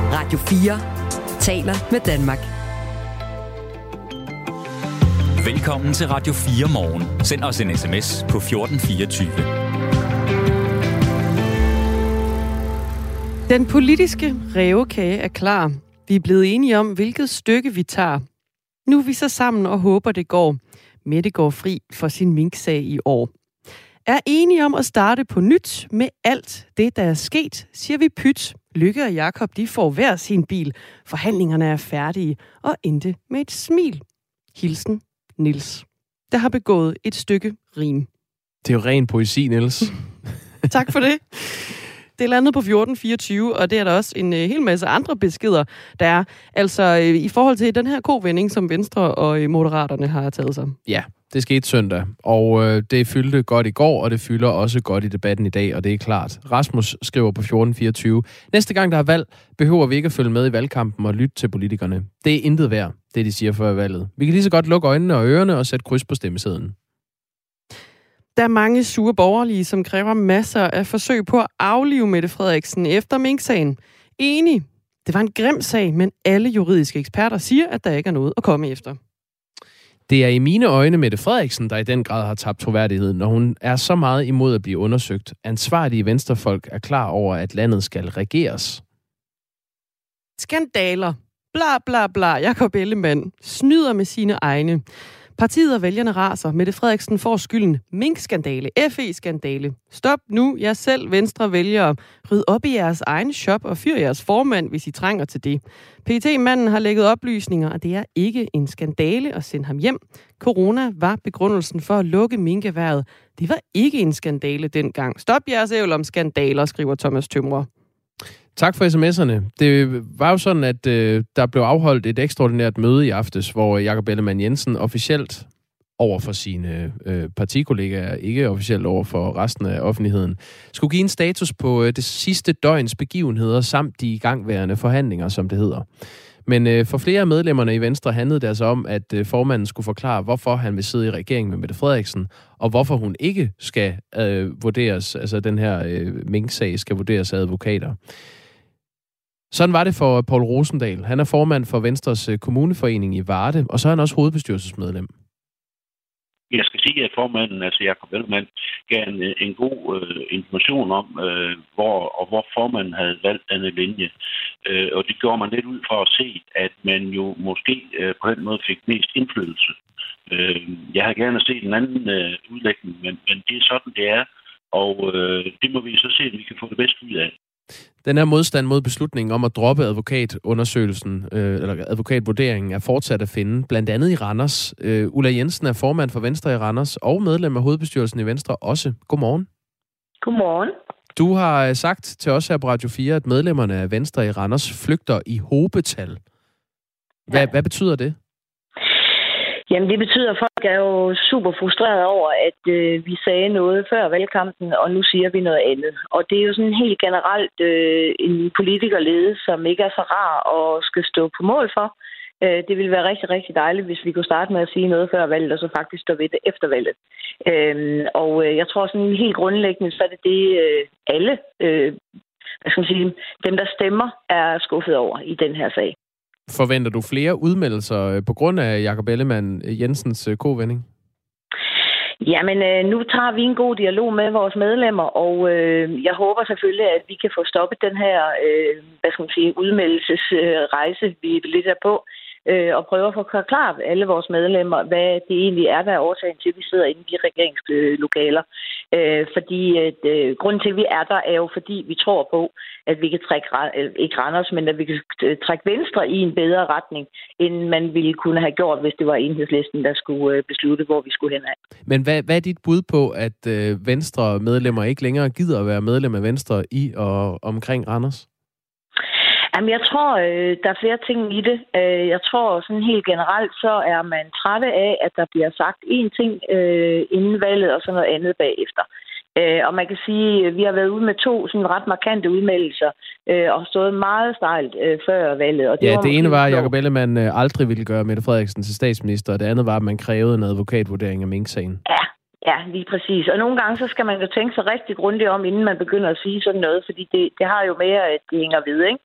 Radio 4 taler med Danmark. Velkommen til Radio 4 morgen. Send os en sms på 1424. Den politiske rævekage er klar. Vi er blevet enige om, hvilket stykke vi tager. Nu er vi så sammen og håber, det går. Mette går fri for sin minksag i år. Er enige om at starte på nyt med alt det, der er sket, siger vi pyt. Lykke og Jakob, de får hver sin bil. Forhandlingerne er færdige og endte med et smil. Hilsen Niels, der har begået et stykke rim. Det er jo ren poesi, Niels. Tak for det. Det er landet på 1424, og det er der også en hel masse andre beskeder, der er. Altså i forhold til den her kovending, som Venstre og Moderaterne har taget sig. Ja, det skete søndag, og det fyldte godt i går, og det fylder også godt i debatten i dag, og det er klart. Rasmus skriver på 1424, næste gang der er valg, behøver vi ikke at følge med i valgkampen og lytte til politikerne. Det er intet værd, det de siger før valget. Vi kan lige så godt lukke øjnene og ørerne og sætte kryds på stemmesedlen. Der er mange sure borgerlige, som kræver masser af forsøg på at aflive Mette Frederiksen efter minksagen. Enig. Det var en grim sag, men alle juridiske eksperter siger, at der ikke er noget at komme efter. Det er i mine øjne Mette Frederiksen, der i den grad har tabt troværdigheden, når hun er så meget imod at blive undersøgt. Ansvarlige venstrefolk er klar over, at landet skal regeres. Skandaler. Bla bla bla. Jakob Ellemann snyder med sine egne. Partiet og vælgerne raser. Mette Frederiksen får skylden. Mink-skandale. FE-skandale. Stop nu. Jeg selv, Venstre, vælgere. Ryd op i jeres egen shop og fyr jeres formand, hvis I trænger til det. PET-manden har lægget oplysninger, og det er ikke en skandale at sende ham hjem. Corona var begrundelsen for at lukke minkerhvervet. Det var ikke en skandale dengang. Stop jeres ævl om skandaler, skriver Thomas Tømrer. Tak for sms'erne. Det var jo sådan, at der blev afholdt et ekstraordinært møde i aftes, hvor Jakob Ellemann-Jensen officielt over for sine partikollegaer, ikke officielt over for resten af offentligheden, skulle give en status på det sidste døgns begivenheder samt de igangværende forhandlinger, som det hedder. Men for flere af medlemmerne i Venstre handlede det altså om, at formanden skulle forklare, hvorfor han vil sidde i regering med Mette Frederiksen, og hvorfor hun ikke skal vurderes, altså den her minksag skal vurderes af advokater. Sådan var det for Poul Rosendahl. Han er formand for Venstres kommuneforening i Varde, og så er han også hovedbestyrelsesmedlem. Jeg skal sige, at formanden, altså Jakob Ellemann, gav en god information om, hvor formanden havde valgt denne linje. Og det gjorde man lidt ud fra at se, at man jo måske på den måde fik mest indflydelse. Jeg har gerne set en anden udlægning, men det er sådan, det er. Og det må vi så se, at vi kan få det bedste ud af. Den her modstand mod beslutningen om at droppe advokatundersøgelsen, eller advokatvurderingen, er fortsat at finde, blandt andet i Randers. Ulla Jensen er formand for Venstre i Randers og medlem af hovedbestyrelsen i Venstre også. Godmorgen. Godmorgen. Du har sagt til os her på Radio 4, at medlemmerne af Venstre i Randers flygter i hobetal. Hvad betyder det? Jamen det betyder, at folk er jo super frustrerede over, at vi sagde noget før valgkampen, og nu siger vi noget andet. Og det er jo sådan helt generelt en politikerlede, som ikke er så rar at skal stå på mål for. Det ville være rigtig, rigtig dejligt, hvis vi kunne starte med at sige noget før valget, og så faktisk stå ved det efter valget. Og jeg tror sådan helt grundlæggende, så er det alle, dem der stemmer, er skuffet over i den her sag. Forventer du flere udmeldelser på grund af Jakob Ellemann-Jensens kovending? Jamen, nu tager vi en god dialog med vores medlemmer, og jeg håber selvfølgelig, at vi kan få stoppet den her, udmeldelsesrejse, vi lidt er på, og prøve at få klart alle vores medlemmer, hvad det egentlig er, der er årsagen til, at vi sidder inde i de regeringslokaler. Fordi grunden til, at vi er der, er jo fordi, vi tror på, at vi kan trække, ikke Randers, men at vi kan trække Venstre i en bedre retning, end man ville kunne have gjort, hvis det var Enhedslisten, der skulle beslutte, hvor vi skulle hen af. Men hvad er dit bud på, at Venstre-medlemmer ikke længere gider at være medlem af Venstre i og omkring Randers? Jamen, jeg tror, der er flere ting i det. Jeg tror sådan helt generelt, så er man trætte af, at der bliver sagt én ting inden valget, og så noget andet bagefter. Og man kan sige, at vi har været ude med 2 sådan ret markante udmeldelser, og stået meget stejlt før valget. Og det ene var, at Jakob Ellemann aldrig ville gøre Mette Frederiksen til statsminister, og det andet var, at man krævede en advokatvurdering af minksagen. Ja, lige præcis. Og nogle gange, så skal man jo tænke sig rigtig grundigt om, inden man begynder at sige sådan noget, fordi det har jo mere, at det hænger ved, ikke?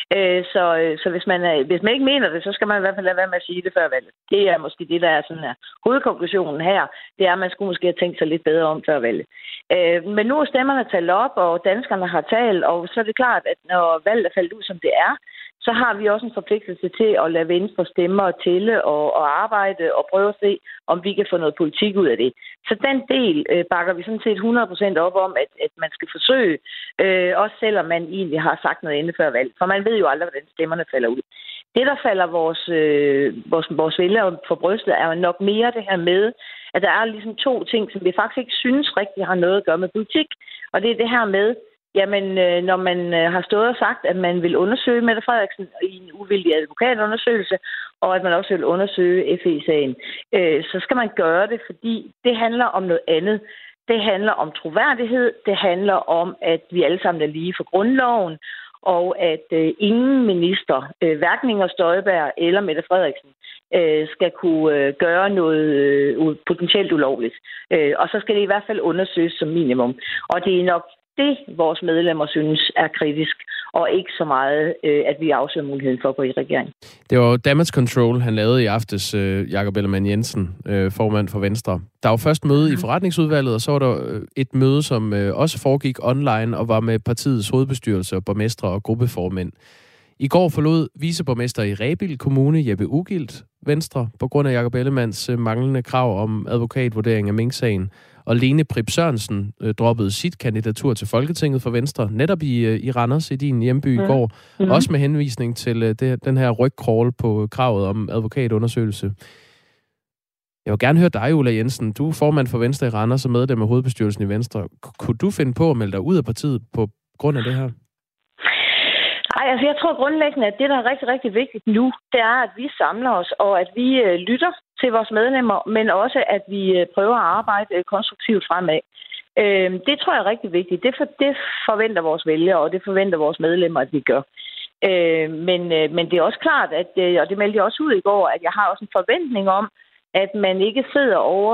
Så hvis man ikke mener det, så skal man i hvert fald lade være med at sige det før valget. Det er måske det, der er sådan her. Hovedkonklusionen her, det er, at man skulle måske have tænkt sig lidt bedre om før valget. Men nu er stemmerne talt op, og danskerne har talt, og så er det klart, at når valget er faldet ud, som det er, så har vi også en forpligtelse til at lade Venstre stemmer tælle og arbejde og prøve at se, om vi kan få noget politik ud af det. Så den del bakker vi sådan set 100% op om, at man skal forsøge, også selvom man egentlig har sagt noget inden før valg. For man ved jo aldrig, hvordan stemmerne falder ud. Det, der falder vores vælgere for brystet, er jo nok mere det her med, at der er ligesom 2 ting, som vi faktisk ikke synes rigtig har noget at gøre med politik. Og det er det her med, jamen, når man har stået og sagt, at man vil undersøge Mette Frederiksen i en uvildig advokatundersøgelse, og at man også vil undersøge FE-sagen, så skal man gøre det, fordi det handler om noget andet. Det handler om troværdighed, det handler om, at vi alle sammen er lige for grundloven, og at ingen minister, hverken Inger Støjberg eller Mette Frederiksen, skal kunne gøre noget potentielt ulovligt. Og så skal det i hvert fald undersøges som minimum. Og det er nok det, vores medlemmer synes er kritisk, og ikke så meget, at vi afsøger muligheden for at gå i regering. Det var damage control, han lavede i aftes, Jakob Ellemann-Jensen, formand for Venstre. Der var først møde i forretningsudvalget, og så var der et møde, som også foregik online, og var med partiets hovedbestyrelse og borgmestre og gruppeformænd. I går forlod viceborgmester i Rebild Kommune, Jeppe Ugilt, Venstre, på grund af Jakob Ellemanns manglende krav om advokatvurdering af Mink-sagen. Og Lene Prip Sørensen droppede sit kandidatur til Folketinget for Venstre, netop i Randers, i din hjemby i går. Også med henvisning til den her rygcrawl på kravet om advokatundersøgelse. Jeg vil gerne høre dig, Ulla Jensen. Du er formand for Venstre i Randers og medlem af hovedbestyrelsen i Venstre. Kunne du finde på at melde dig ud af partiet på grund af det her? Nej, altså jeg tror grundlæggende, at det, der er rigtig, rigtig vigtigt nu, det er, at vi samler os, og at vi lytter til vores medlemmer, men også, at vi prøver at arbejde konstruktivt fremad. Det tror jeg er rigtig vigtigt. Det forventer vores vælgere, og det forventer vores medlemmer, at vi gør. Men det er også klart, at, og det meldte jeg også ud i går, at jeg har også en forventning om, at man ikke sidder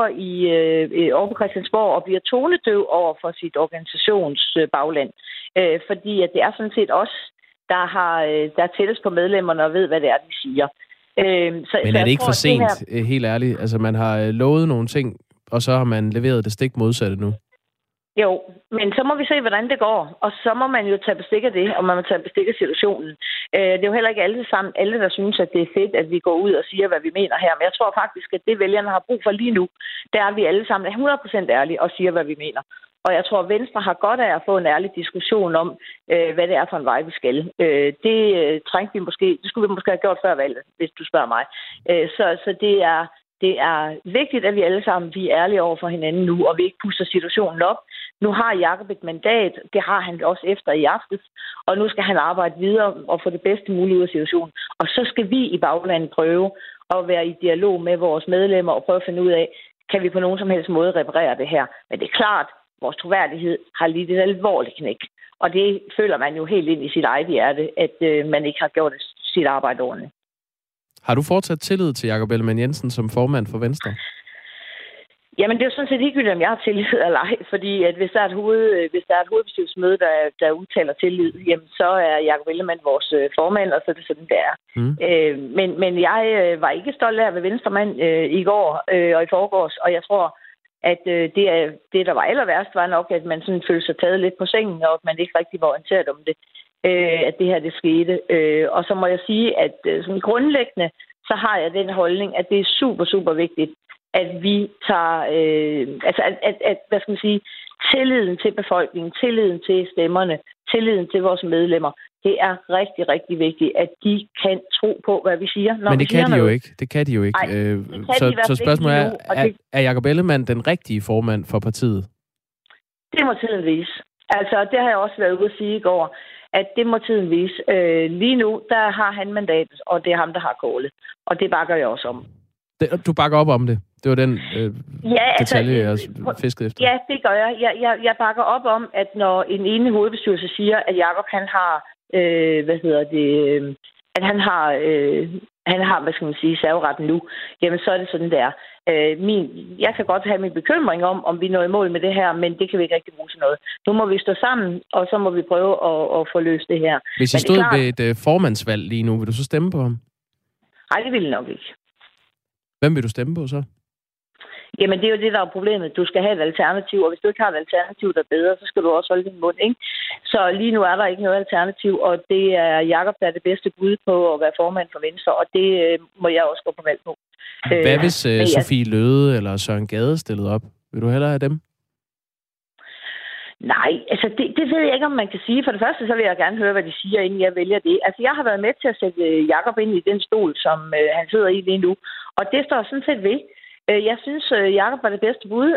over på Christiansborg og bliver tonedøv over for sit organisationsbagland. Fordi at det er sådan set også der er tættest på medlemmerne og ved, hvad det er, de siger. Men er det ikke for sent, helt ærligt? Altså, man har lovet nogle ting, og så har man leveret det stik modsatte nu. Jo, men så må vi se, hvordan det går. Og så må man jo tage bestik af det, og man må tage bestik af situationen. Det er jo heller ikke alle, der synes, at det er fedt, at vi går ud og siger, hvad vi mener her. Men jeg tror faktisk, at det vælgerne har brug for lige nu, det er, at vi alle sammen er 100% ærlige og siger, hvad vi mener. Og jeg tror, at Venstre har godt af at få en ærlig diskussion om, hvad det er for en vej, vi skal. Det skulle vi måske have gjort før valget, hvis du spørger mig. Så det er vigtigt, at vi alle sammen er ærlige over for hinanden nu, og vi ikke puster situationen op. Nu har Jakob et mandat, det har han også efter i aftes, og nu skal han arbejde videre og få det bedste mulige ud af situationen. Og så skal vi i baglandet prøve at være i dialog med vores medlemmer og prøve at finde ud af, kan vi på nogen som helst måde reparere det her. Men det er klart, vores troværdighed har lidt et alvorligt knæk. Og det føler man jo helt ind i sit eget hjerte, at man ikke har gjort sit arbejde ordentligt. Har du fortsat tillid til Jakob Ellemann-Jensen som formand for Venstre? Jamen, det er jo sådan set ligegyldigt, om jeg har tillid eller ej, fordi at hvis der er et hovedbestyrelsesmøde, der udtaler tillid, jamen, så er Jakob Ellemann vores formand, og så er det sådan, det er. Men jeg var ikke stolt af at være venstremand i går og i forgårs, og jeg tror, at det, der var aller værst, var nok, at man sådan følte sig taget lidt på sengen, og at man ikke rigtig var orienteret om det, at det her, det skete. Og så må jeg sige, at sådan grundlæggende, så har jeg den holdning, at det er super, super vigtigt, at vi tager, hvad skal man sige, tilliden til befolkningen, tilliden til stemmerne, tilliden til vores medlemmer, det er rigtig, rigtig vigtigt, at de kan tro på, hvad vi siger. Men det kan de jo ikke. Det kan de jo ikke. Så spørgsmålet er Jakob Ellemann den rigtige formand for partiet? Det må tiden vise. Altså, det har jeg også været ude at sige i går, at det må tiden vise. Lige nu, der har han mandatet, og det er ham, der har kålet. Og det bakker jeg også om. Du bakker op om det? Det var den detalje, jeg fiskede efter. Ja, det gør jeg. Jeg bakker op om, at når en ene hovedbestyrelse siger, at Jakob han har at han har, hvad skal man sige, serveretten nu, jamen så er det sådan, det er. Jeg kan godt have min bekymring om vi når i mål med det her, men det kan vi ikke rigtig bruge til noget. Nu må vi stå sammen, og så må vi prøve at få løst det her. Hvis I stod ved et formandsvalg lige nu, vil du så stemme på ham? Nej, det vil jeg nok ikke. Hvem vil du stemme på så? Jamen, det er jo det, der er problemet. Du skal have et alternativ, og hvis du ikke har et alternativ, der er bedre, så skal du også holde din mund, ikke? Så lige nu er der ikke noget alternativ, og det er Jakob, der er det bedste bud på at være formand for Venstre, og det må jeg også gå på valg på. Hvad hvis Sofie Løhde eller Søren Gade stillede op? Vil du hellere have dem? Nej, altså det ved jeg ikke, om man kan sige. For det første, så vil jeg gerne høre, hvad de siger, inden jeg vælger det. Altså, jeg har været med til at sætte Jakob ind i den stol, som han sidder i lige nu, og det står sådan set ved. Jeg synes, Jakob var det bedste bud.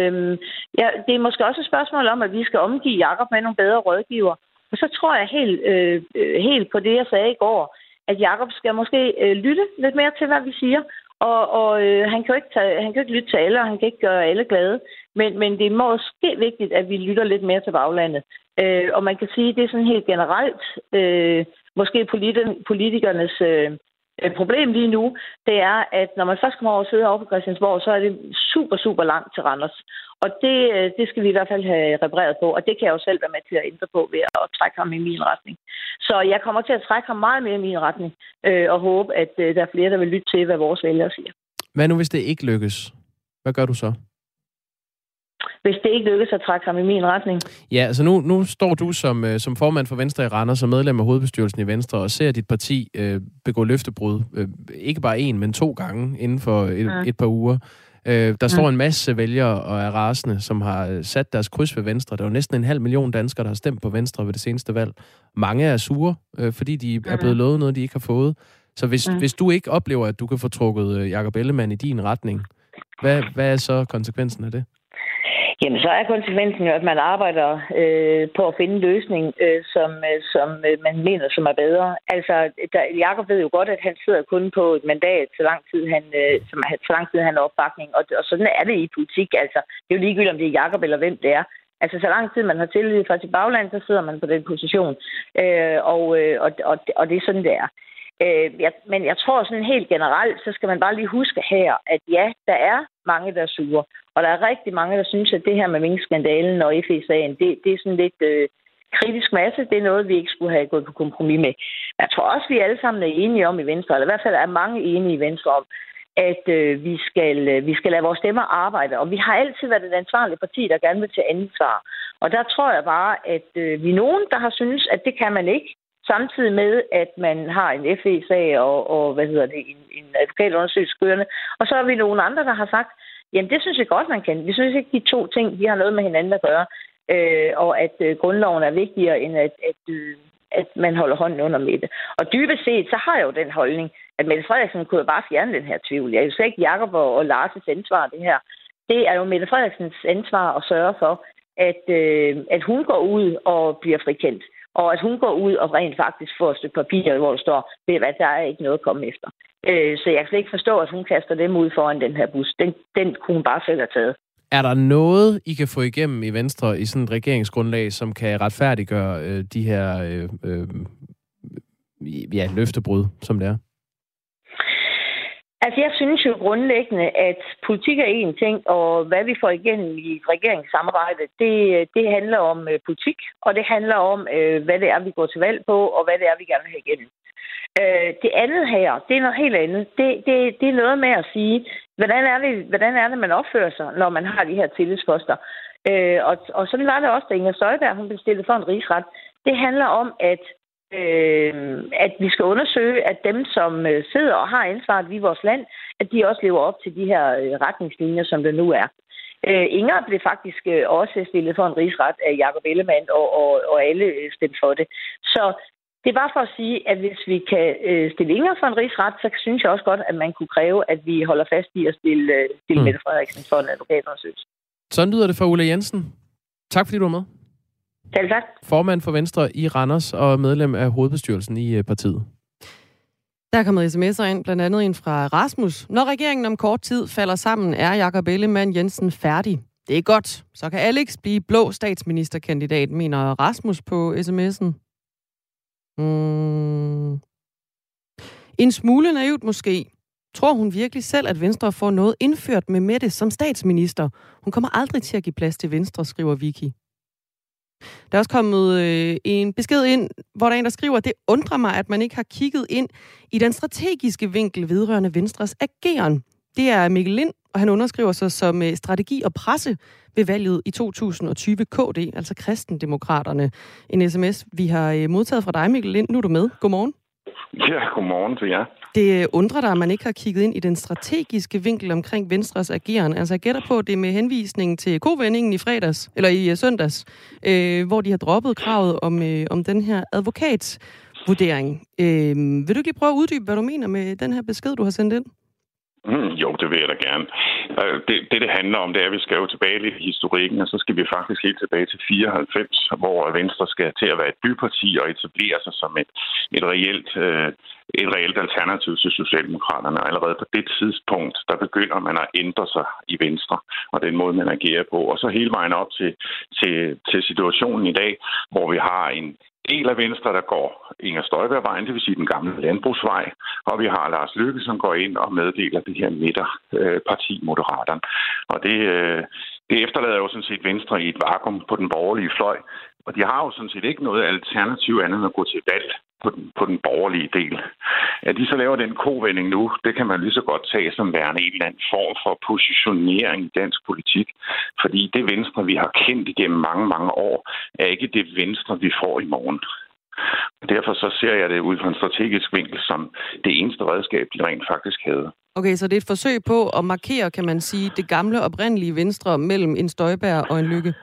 Det er måske også et spørgsmål om, at vi skal omgive Jakob med nogle bedre rådgiver. Og så tror jeg helt på det, jeg sagde i går, at Jakob skal måske lytte lidt mere til, hvad vi siger. Og han kan jo ikke lytte til alle, og han kan ikke gøre alle glade. Men det er måske vigtigt, at vi lytter lidt mere til baglandet. Og man kan sige, at det er sådan helt generelt, måske politikernes problem lige nu, det er, at når man først kommer over og sidder over på Christiansborg, så er det super, super langt til Randers. Og det skal vi i hvert fald have repareret på, og det kan jeg jo selv være med til at ændre på ved at trække ham i min retning. Så jeg kommer til at trække ham meget mere i min retning, og håbe, at der er flere, der vil lytte til, hvad vores vælgere siger. Hvad nu, hvis det ikke lykkes? Hvad gør du så? Hvis det ikke lykkes at trække ham i min retning? Ja, altså nu står du som formand for Venstre i Randers og medlem af hovedbestyrelsen i Venstre og ser dit parti begå løftebrud. Ikke bare 1, men 2 gange inden for et par uger. Der står en masse vælgere og er rasende, som har sat deres kryds ved Venstre. Der er jo næsten 500.000 danskere, der har stemt på Venstre ved det seneste valg. Mange er sure, fordi de er blevet lovet noget, de ikke har fået. Så hvis du ikke oplever, at du kan få trukket Jakob Ellemann i din retning, hvad er så konsekvensen af det? Jamen, så er konsekvensen jo, at man arbejder på at finde en løsning, som man mener, som er bedre. Altså, Jakob ved jo godt, at han sidder kun på et mandat, så lang tid han har opbakning. Og sådan er det i politik. Altså, det er jo ligegyldigt, om det er Jakob eller hvem det er. Altså, så lang tid man har tillid fra sit bagland, så sidder man på den position. Og det er sådan, det er. Men jeg tror sådan helt generelt, så skal man bare lige huske her, at ja, der er mange, der er sure. Og der er rigtig mange, der synes, at det her med minkskandalen og FE-sagen, det er sådan lidt kritisk masse. Det er noget, vi ikke skulle have gået på kompromis med. Jeg tror også, vi alle sammen er enige om i Venstre, eller i hvert fald er mange enige i Venstre om, at vi skal lade vores stemmer arbejde. Og vi har altid været et ansvarligt parti, der gerne vil tage ansvar. Og der tror jeg bare, at vi er nogen, der har synes, at det kan man ikke. Samtidig med, at man har en FE-sag og en advokatundersøgelse kørende. Og så er vi nogle andre, der har sagt, jamen det synes jeg godt, man kan. Vi synes ikke, de 2 ting, de har noget med hinanden at gøre. Og at grundloven er vigtigere, end at man holder hånden under med det. Og dybest set, så har jeg jo den holdning, at Mette Frederiksen kunne jo bare fjerne den her tvivl. Jeg er jo slet ikke Jakob og Lars' ansvar, det her. Det er jo Mette Frederiksens ansvar at sørge for, at hun går ud og bliver frikendt. Og at hun går ud og rent faktisk får et stykke papir, hvor der står, der er ikke noget at komme efter. Så jeg kan slet ikke forstå, at hun kaster dem ud foran den her bus. Den kunne hun bare selv have taget. Er der noget, I kan få igennem i Venstre i sådan et regeringsgrundlag, som kan retfærdiggøre de her løftebrud, som det er? Altså, jeg synes jo grundlæggende, at politik er én ting, og hvad vi får igennem i et regeringssamarbejde, det handler om politik, og det handler om, hvad det er, vi går til valg på, og hvad det er, vi gerne vil have igennem. Det andet her, det er noget helt andet. Det er noget med at sige, hvordan er det, man opfører sig, når man har de her tillidsposter. Og sådan var det også, da Inger Støjberg hun blev stillet for en rigsret. Det handler om, at vi skal undersøge, at dem, som sidder og har ansvaret i vores land, at de også lever op til de her retningslinjer, som det nu er. Inger blev faktisk også stillet for en rigsret af Jakob Ellemann, og alle stemte for det. Så det er bare for at sige, at hvis vi kan stille Inger for en rigsret, så synes jeg også godt, at man kunne kræve, at vi holder fast i at stille Mette Frederiksen for en advokatundersøgelse. Sådan lyder det fra Ulla Jensen. Tak fordi du var med. Selv tak. Formand for Venstre i Randers og medlem af hovedbestyrelsen i partiet. Der er kommet sms'er ind, blandt andet en fra Rasmus. Når regeringen om kort tid falder sammen, er Jakob Ellemann Jensen færdig. Det er godt. Så kan Alex blive blå statsministerkandidat, mener Rasmus på sms'en. En smule naivt måske. Tror hun virkelig selv, at Venstre får noget indført med Mette som statsminister? Hun kommer aldrig til at give plads til Venstre, skriver Vicky. Der er også kommet en besked ind, hvor der er en, der skriver, at det undrer mig, at man ikke har kigget ind i den strategiske vinkel vedrørende Venstres ageren. Det er Mikkel Lind, og han underskriver sig som strategi og presse ved valget i 2020 KD, altså Kristendemokraterne. En sms, vi har modtaget fra dig, Mikkel Lind. Nu er du med. Godmorgen. Ja, godmorgen til jer. Det undrer dig, at man ikke har kigget ind i den strategiske vinkel omkring Venstres ageren. Altså jeg gætter på, at det er med henvisning til kovendingen i fredags, eller i søndags, hvor de har droppet kravet om den her advokatsvurdering. Vil du ikke lige prøve at uddybe, hvad du mener med den her besked, du har sendt ind? Jo, det vil jeg da gerne. Det handler om, det er, at vi skal jo tilbage lidt i historikken, og så skal vi faktisk helt tilbage til 94, hvor Venstre skal til at være et byparti og etablere sig som et reelt alternativ til Socialdemokraterne. Og allerede på det tidspunkt, der begynder man at ændre sig i Venstre, og den måde, man agerer på. Og så hele vejen op til situationen i dag, hvor vi har en del af Venstre, der går Inger Støjberg-vejen, det vil sige den gamle landbrugsvej, og vi har Lars Løkke, som går ind og meddeler det her midterparti, Moderaterne. Og det efterlader jo sådan set Venstre i et vakuum på den borgerlige fløj, og de har jo sådan set ikke noget alternativ andet end at gå til valg på den borgerlige del. At de så laver den kovending nu, det kan man lige så godt tage som værende en eller anden form for positionering i dansk politik. Fordi det Venstre, vi har kendt igennem mange, mange år, er ikke det Venstre, vi får i morgen. Derfor så ser jeg det ud fra en strategisk vinkel som det eneste redskab, de rent faktisk havde. Okay, så det er et forsøg på at markere, kan man sige, det gamle oprindelige Venstre mellem en Støjberg og en Løkke?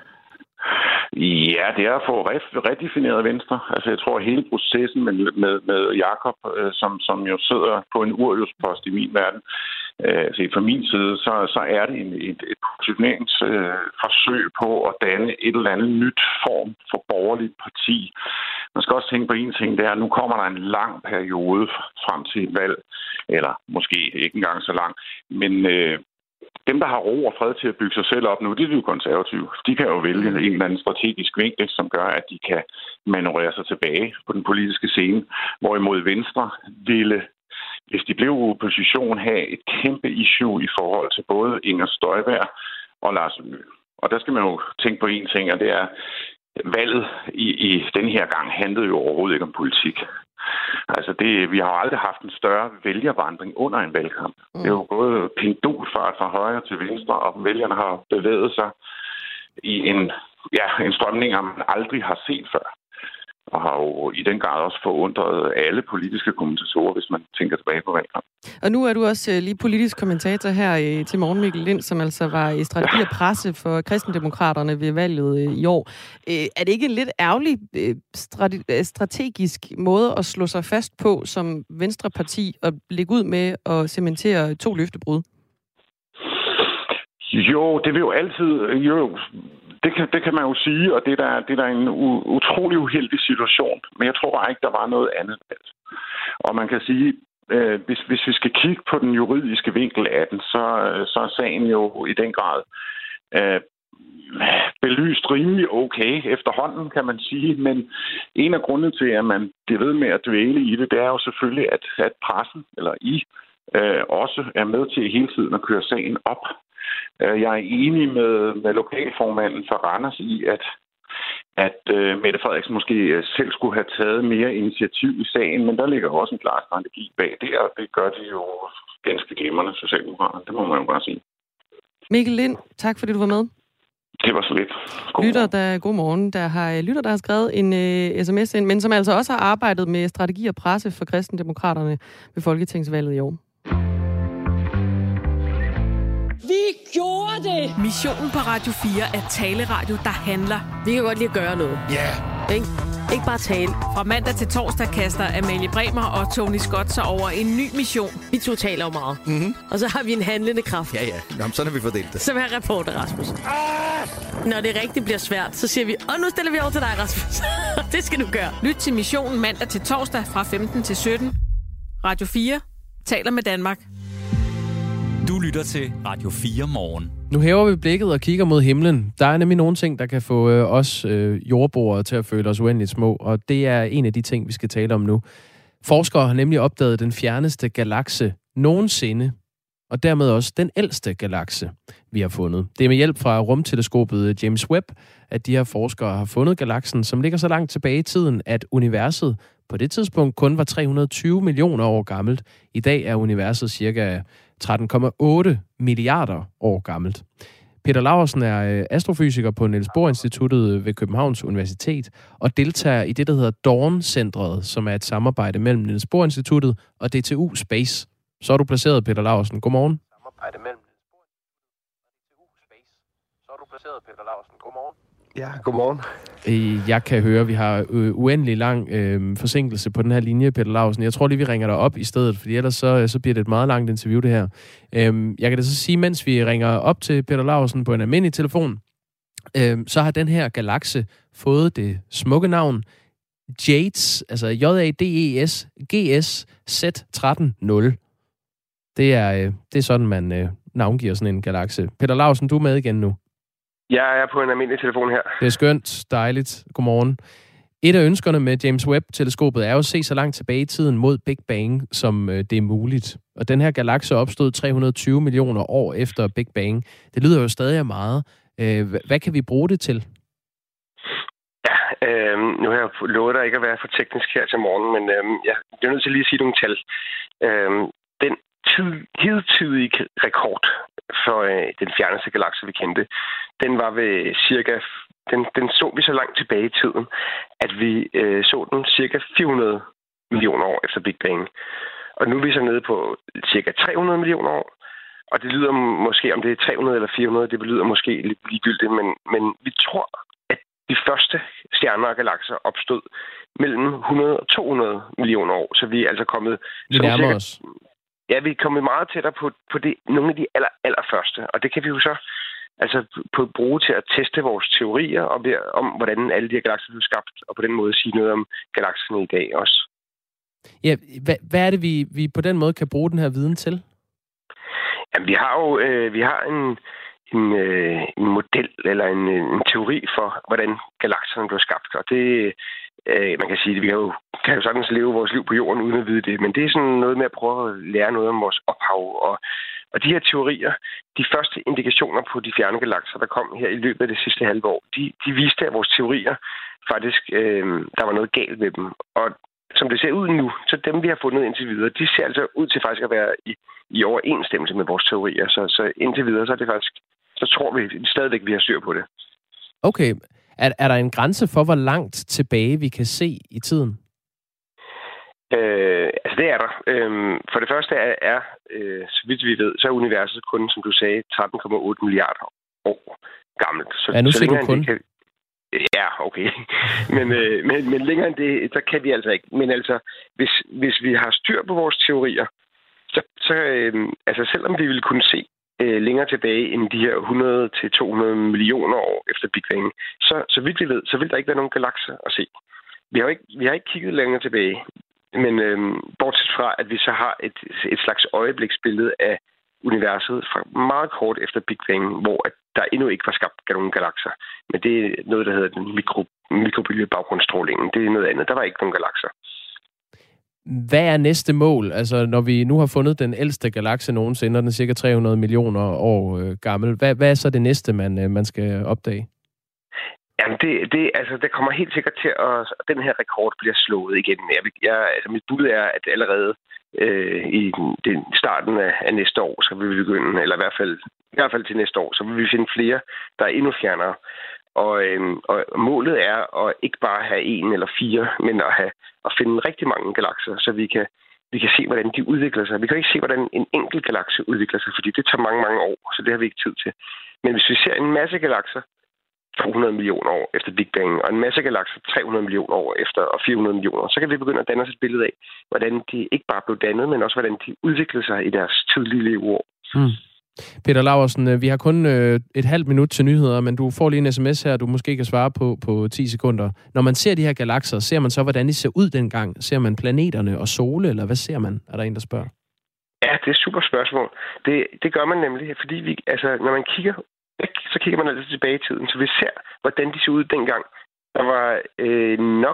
Ja, det er at få redefineret Venstre. Altså, jeg tror, at hele processen med Jakob, som jo sidder på en urjuspost i min verden, set fra min side, så er det et positioneringsforsøg på at danne et eller andet nyt form for borgerligt parti. Man skal også tænke på en ting, det er, at nu kommer der en lang periode frem til et valg, eller måske ikke engang så lang, men dem, der har ro og fred til at bygge sig selv op nu, det er jo konservative. De kan jo vælge en eller anden strategisk vinkel, som gør, at de kan manøvrere sig tilbage på den politiske scene. Hvorimod Venstre ville, hvis de blev i opposition, have et kæmpe issue i forhold til både Inger Støjberg og Lars Løkke. Og der skal man jo tænke på en ting, og det er, valget i den her gang handlede jo overhovedet ikke om politik. Altså vi har jo aldrig haft en større vælgervandring under en valgkamp. Det er jo gået pendulfart fra højre til venstre, og vælgerne har bevæget sig i en strømning, man aldrig har set før. Og har jo i den grad også forundret alle politiske kommentatorer, hvis man tænker tilbage på valgkamp. Og nu er du også lige politisk kommentator her til morgen, Mikkel Lind, som altså var i strategi og presse for Kristendemokraterne ved valget i år. Er det ikke en lidt ærgerlig strategisk måde at slå sig fast på som Venstreparti og lægge ud med at cementere 2 løftebrud? Jo, det vil jo altid... Det kan man jo sige, og det er der en utrolig uheldig situation. Men jeg tror bare ikke, der var noget andet. Og man kan sige, hvis vi skal kigge på den juridiske vinkel af den, så er sagen jo i den grad belyst rimelig okay efterhånden, kan man sige. Men en af grundene til, at man bliver ved med at dvæle i det, det er jo selvfølgelig, at pressen, eller I, også er med til hele tiden at køre sagen op. Jeg er enig med lokalformanden for Randers i, at Mette Frederiksen måske selv skulle have taget mere initiativ i sagen, men der ligger også en klar strategi bag det, og det gør de jo ganske glimrende Socialdemokraterne. Det må man jo bare sige. Mikkel Lind, tak fordi du var med. Det var så lidt. God morgen. Der har skrevet en sms ind, men som altså også har arbejdet med strategi og presse for Kristendemokraterne ved Folketingsvalget i år. Vi gjorde det! Missionen på Radio 4 er taleradio, der handler. Vi kan godt lide at gøre noget. Ja. Yeah. Ikke bare tale. Fra mandag til torsdag kaster Amalie Bremer og Tony Scott sig over en ny mission. Vi to taler jo meget. Mm-hmm. Og så har vi en handlende kraft. Ja. Jamen, sådan har vi fordelt det. Som er reporter, Rasmus. Når det rigtig bliver svært, så siger vi, nu stiller vi over til dig, Rasmus. Det skal du gøre. Lyt til missionen mandag til torsdag fra 15 til 17. Radio 4 taler med Danmark. Du lytter til Radio 4 morgen. Nu hæver vi blikket og kigger mod himlen. Der er nemlig nogle ting, der kan få os jordboere til at føle os uendeligt små, og det er en af de ting, vi skal tale om nu. Forskere har nemlig opdaget den fjerneste galakse nogensinde, og dermed også den ældste galakse, vi har fundet. Det er med hjælp fra rumteleskopet James Webb, at de her forskere har fundet galaksen, som ligger så langt tilbage i tiden, at universet på det tidspunkt kun var 320 millioner år gammelt. I dag er universet cirka 13,8 milliarder år gammelt. Peter Laursen er astrofysiker på Niels Bohr Instituttet ved Københavns Universitet og deltager i det, der hedder Dawn-centret, som er et samarbejde mellem Niels Bohr Instituttet og DTU Space. Så er du placeret, Peter Laursen. Godmorgen. Samarbejde mellem Niels Bohr Instituttet og DTU Space. Så er du placeret, Peter Laursen. Godmorgen. Ja, godmorgen. Jeg kan høre, at vi har uendelig lang forsinkelse på den her linje, Peter Laursen. Jeg tror lige, vi ringer dig op i stedet, fordi ellers så bliver det et meget langt interview, det her. Jeg kan da så sige, mens vi ringer op til Peter Laursen på en almindelig telefon, så har den her galakse fået det smukke navn JADES, altså JADES GS Z13-0. Det er sådan, man navngiver sådan en galakse. Peter Laursen, du er med igen nu. Jeg er på en almindelig telefon her. Det er skønt, dejligt. Godmorgen. Et af ønskerne med James Webb-teleskopet er jo at se så langt tilbage i tiden mod Big Bang, som det er muligt. Og den her galakse opstod 320 millioner år efter Big Bang. Det lyder jo stadig meget. Hvad kan vi bruge det til? Ja, nu har jeg lovet dig ikke at være for teknisk her til morgen, men jeg er nødt til lige at sige nogle tal. Den hidtidige rekord for den fjerneste galakse, vi kendte, den var ved cirka... Den så vi så langt tilbage i tiden, at vi så den cirka 400 millioner år efter Big Bang. Og nu er vi så nede på cirka 300 millioner år. Og det lyder måske, om det er 300 eller 400, det lyder måske lidt ligegyldigt, men vi tror, at de første stjerner og galakser opstod mellem 100 og 200 millioner år. Så vi er altså kommet... Vi nærmer os. Ja, vi er kommet meget tættere på det, nogle af de allerførste. Og det kan vi jo så bruge til at teste vores teorier om, hvordan alle de her galakser blev skabt, og på den måde sige noget om galakserne i dag også. Ja, hvad er det, vi på den måde kan bruge den her viden til? Jamen, vi har en model eller en teori for, hvordan galakserne blev skabt. Og det, man kan sige, at vi kan jo sagtens leve vores liv på jorden uden at vide det, men det er sådan noget med at prøve at lære noget om vores ophav. Og de her teorier, de første indikationer på de fjerne galakser, der kom her i løbet af det sidste halve år, de viste, at vores teorier faktisk, der var noget galt med dem. Og som det ser ud nu, så dem, vi har fundet indtil videre, de ser altså ud til faktisk at være i overensstemmelse med vores teorier. Så indtil videre, så er det faktisk, så tror vi stadigvæk, vi har styr på det. Okay. Er der en grænse for, hvor langt tilbage vi kan se i tiden? Altså det er der. For det første er så vidt vi ved, så er universet kun, som du sagde, 13,8 milliarder år gammelt. Ja, nu siger du kun. Ja, okay. men længere end det, så kan vi altså ikke. Men altså, hvis vi har styr på vores teorier, så altså selvom vi ville kunne se længere tilbage end de her 100-200 millioner år efter Big Bang, så vidt vi ved, så vil der ikke være nogen galakser at se. Vi har ikke kigget længere tilbage, men bortset fra, at vi så har et slags øjebliksbillede af universet fra meget kort efter Big Bang, hvor der endnu ikke var skabt nogen galakser. Men det er noget, der hedder den mikrobølgebaggrundsstrålingen. Det er noget andet. Der var ikke nogen galakser. Hvad er næste mål? Altså, når vi nu har fundet den ældste galakse nogensinde, og den er cirka 300 millioner år gammel. Hvad er så det næste, man skal opdage? Jamen, det kommer helt sikkert til at den her rekord bliver slået igen. Mit bud er, at allerede i starten af næste år, så vil vi begynde, eller i hvert fald til næste år, så vil vi finde flere, der er endnu fjernere. Og målet er at ikke bare have 1 eller 4, men at finde rigtig mange galakser, så vi kan se, hvordan de udvikler sig. Vi kan ikke se, hvordan en enkelt galakse udvikler sig, fordi det tager mange, mange år, så det har vi ikke tid til. Men hvis vi ser en masse galakser 200 millioner år efter Big Bang, og en masse galakser 300 millioner år efter, og 400 millioner, så kan vi begynde at danne os et billede af, hvordan de ikke bare blev dannet, men også hvordan de udviklede sig i deres tidlige leveår. Peter Laursen, vi har kun et halvt minut til nyheder, men du får lige en sms her, du måske kan svare på 10 sekunder. Når man ser de her galakser, ser man så, hvordan de ser ud dengang? Ser man planeterne og sole, eller hvad ser man? Er der en, der spørger? Ja, det er et super spørgsmål. Det gør man nemlig, fordi når man kigger væk, så kigger man altid tilbage i tiden, så vi ser, hvordan de så ud dengang. Der var nok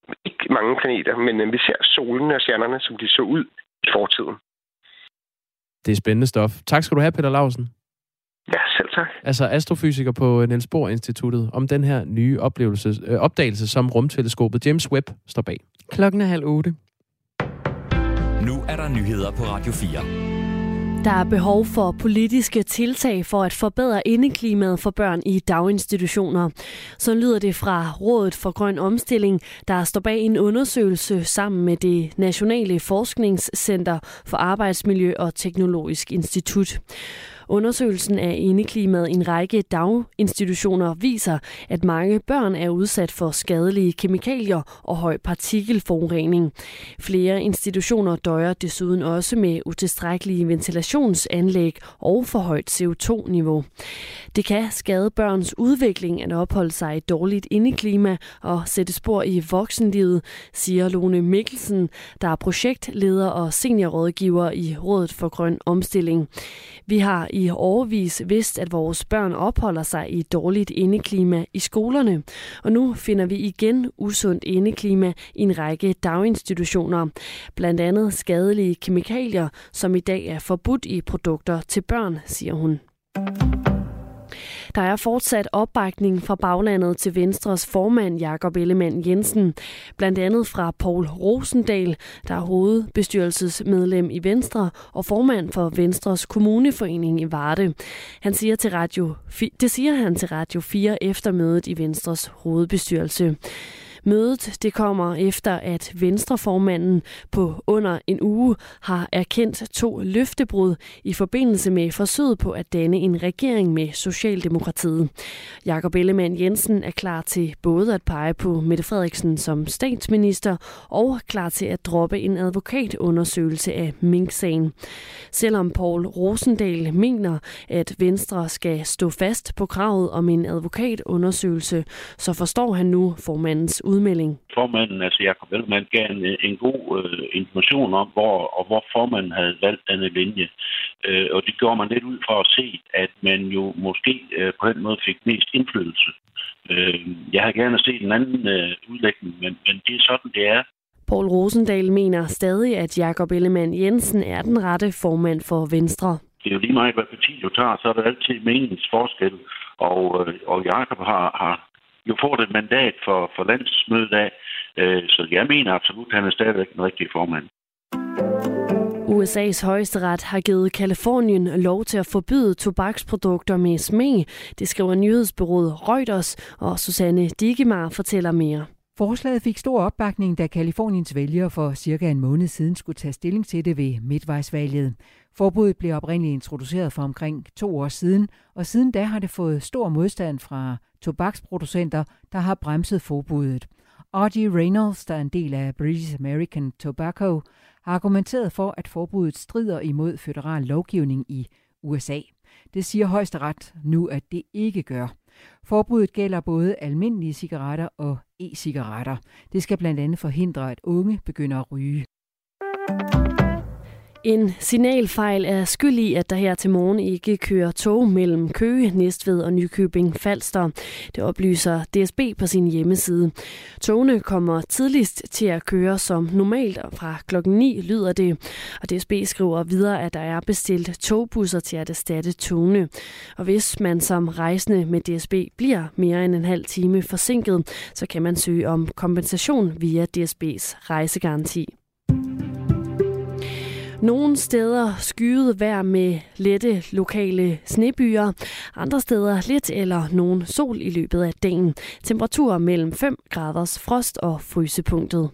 ikke mange planeter, men vi ser solen og stjernerne, som de så ud i fortiden. Det er spændende stof. Tak skal du have, Peter Lausen. Ja, selv tak. Altså astrofysiker på Niels Bohr Instituttet, om den her nye opdagelse, som rumteleskopet James Webb står bag. 7:30. Nu er der nyheder på Radio 4. Der er behov for politiske tiltag for at forbedre indeklimaet for børn i daginstitutioner. Så lyder det fra Rådet for Grøn Omstilling, der står bag en undersøgelse sammen med det Nationale Forskningscenter for Arbejdsmiljø og Teknologisk Institut. Undersøgelsen af indeklimaet i en række daginstitutioner viser, at mange børn er udsat for skadelige kemikalier og høj partikelforurening. Flere institutioner døjer desuden også med utilstrækkelige ventilationsanlæg og for højt CO2-niveau. Det kan skade børns udvikling at opholde sig i dårligt indeklima og sætte spor i voksenlivet, siger Lone Mikkelsen, der er projektleder og seniorrådgiver i Rådet for Grøn Omstilling. Vi har i årevis vidst, at vores børn opholder sig i dårligt indeklima i skolerne, og nu finder vi igen usundt indeklima i en række daginstitutioner. Blandt andet skadelige kemikalier, som i dag er forbudt i produkter til børn, siger hun. Der er fortsat opbakning fra baglandet til Venstres formand Jakob Ellemann-Jensen. Blandt andet fra Poul Rosendahl, der er hovedbestyrelsesmedlem i Venstre og formand for Venstres kommuneforening i Varde. Det siger han til Radio 4 efter mødet i Venstres hovedbestyrelse. Mødet det kommer efter, at Venstreformanden på under en uge har erkendt 2 løftebrud i forbindelse med forsøget på at danne en regering med Socialdemokratiet. Jakob Ellemann-Jensen er klar til både at pege på Mette Frederiksen som statsminister og klar til at droppe en advokatundersøgelse af Mink-sagen. Selvom Poul Rosendahl mener, at Venstre skal stå fast på kravet om en advokatundersøgelse, så forstår han nu formandens udmelding. Formanden, altså Jakob Ellemann, gav en god information om, hvor formanden havde valgt denne linje. Og det gjorde man lidt ud for at se, at man jo måske på den måde fik mest indflydelse. Jeg havde gerne set en anden udlægning, men det er sådan, det er. Poul Rosendahl mener stadig, at Jakob Ellemann-Jensen er den rette formand for Venstre. Det er jo lige meget, hvad parti du tager, så er der altid meningsforskel. Og Jakob har jo fået et mandat for landsmødet af, så jeg mener absolut, at han er stadigvæk den rigtige formand. USA's højesteret har givet Californien lov til at forbyde tobaksprodukter med smag. Det skriver nyhedsbureauet Reuters, og Susanne Dikemar fortæller mere. Forslaget fik stor opbakning, da Californiens vælgere for cirka en måned siden skulle tage stilling til det ved midtvejsvalget. Forbuddet blev oprindeligt introduceret for omkring 2 år siden, og siden da har det fået stor modstand fra tobaksproducenter, der har bremset forbuddet. R.G. Reynolds, der er en del af British American Tobacco, har argumenteret for, at forbuddet strider imod føderal lovgivning i USA. Det siger højesteret nu, at det ikke gør. Forbuddet gælder både almindelige cigaretter og e-cigaretter. Det skal blandt andet forhindre, at unge begynder at ryge. En signalfejl er skyld i, at der her til morgen ikke kører tog mellem Køge, Næstved og Nykøbing Falster. Det oplyser DSB på sin hjemmeside. Togene kommer tidligst til at køre som normalt, og fra klokken 9 lyder det. Og DSB skriver videre, at der er bestilt togbusser til at erstatte togene. Og hvis man som rejsende med DSB bliver mere end en halv time forsinket, så kan man søge om kompensation via DSB's rejsegaranti. Nogle steder skyet vejr med lette lokale snebyer, andre steder lidt eller nogen sol i løbet af dagen. Temperaturer mellem 5 graders frost og frysepunktet.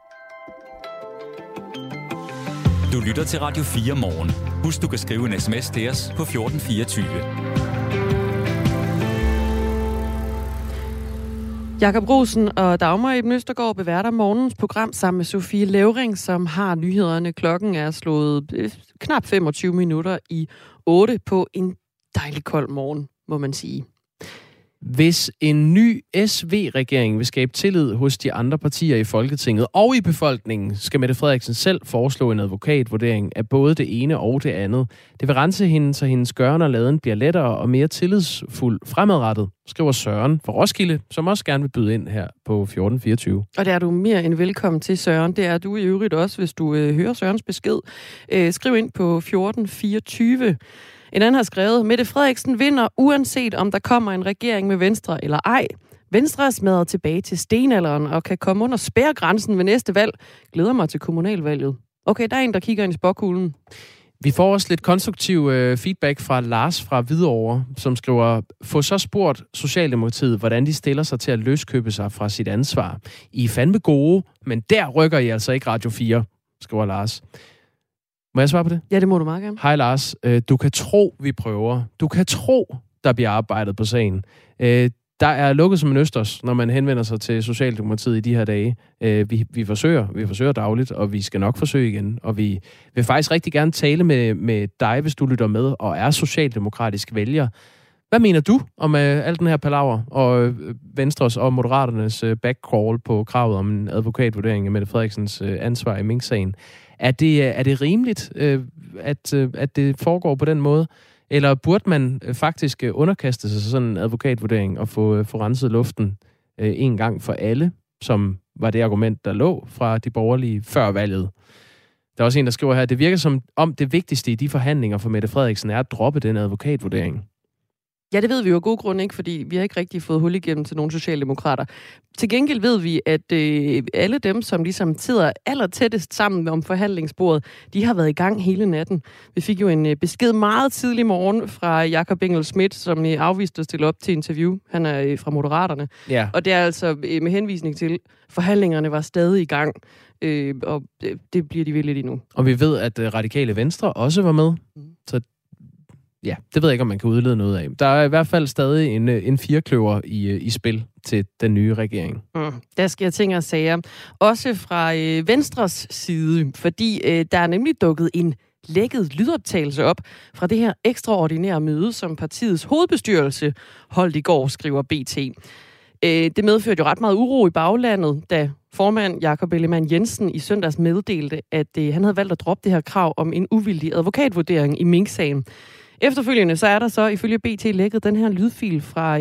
Du lytter til Radio 4 morgen. Husk, du kan skrive en sms til os på 1424. Jakob Rosen og Dagmar Eben Østergaard beværter morgens program sammen med Sofie Levering, som har nyhederne. Klokken er slået knap 25 minutter i 8 på en dejlig kold morgen, må man sige. Hvis en ny SV-regering vil skabe tillid hos de andre partier i Folketinget og i befolkningen, skal Mette Frederiksen selv foreslå en advokatvurdering af både det ene og det andet. Det vil rense hende, så hendes gøren og laden bliver lettere og mere tillidsfuld fremadrettet, skriver Søren fra Roskilde, som også gerne vil byde ind her på 1424. Og det er du mere end velkommen til, Søren. Det er du i øvrigt også, hvis du hører Sørens besked. Skriv ind på 1424. En anden har skrevet, Mette Frederiksen vinder, uanset om der kommer en regering med Venstre eller ej. Venstre er smadret tilbage til stenalderen og kan komme under spærregrænsen ved næste valg. Glæder mig til kommunalvalget. Okay, der er en, der kigger ind i spåkuglen. Vi får også lidt konstruktiv feedback fra Lars fra Hvidovre, som skriver, få så spurgt Socialdemokratiet, hvordan de stiller sig til at løskøbe sig fra sit ansvar. I er fandme gode, men der rykker I altså ikke Radio 4, skriver Lars. Må jeg svare på det? Ja, det må du meget gerne. Hej Lars. Du kan tro, vi prøver. Du kan tro, der bliver arbejdet på sagen. Der er lukket som en østers, når man henvender sig til Socialdemokratiet i de her dage. Vi forsøger dagligt, og vi skal nok forsøge igen. Og vi vil faktisk rigtig gerne tale med dig, hvis du lytter med og er socialdemokratisk vælger. Hvad mener du om al den her palaver og Venstres og Moderaternes backcall på kravet om en advokatvurdering af Mette Frederiksens ansvar i Mink-sagen? Er det rimeligt, at det foregår på den måde? Eller burde man faktisk underkaste sig sådan en advokatvurdering og få renset luften en gang for alle, som var det argument, der lå fra de borgerlige før valget? Der er også en, der skriver her, det virker som om det vigtigste i de forhandlinger for Mette Frederiksen er at droppe den advokatvurdering. Ja, det ved vi jo af gode grunde ikke, fordi vi har ikke rigtig fået hul igennem til nogle socialdemokrater. Til gengæld ved vi, at alle dem, som ligesom sidder allertættest sammen om forhandlingsbordet, de har været i gang hele natten. Vi fik jo en besked meget tidlig morgen fra Jakob Engel-Schmidt, som afviste at stille op til interview. Han er fra Moderaterne. Ja. Og det er altså med henvisning til, forhandlingerne var stadig i gang. Og det bliver de ved lidt endnu. Og vi ved, at Radikale Venstre også var med. Så ja, det ved jeg ikke, om man kan udlede noget af. Der er i hvert fald stadig en firekløver i spil til den nye regering. Der sker ting og sager. Også fra Venstres side, fordi der er nemlig dukket en lækket lydoptagelse op fra det her ekstraordinære møde, som partiets hovedbestyrelse holdt i går, skriver BT. Det medførte jo ret meget uro i baglandet, da formand Jakob Ellemann-Jensen i søndags meddelte, at han havde valgt at droppe det her krav om en uvildig advokatvurdering i Mink-sagen. Efterfølgende så er der så ifølge BT lækket den her lydfil fra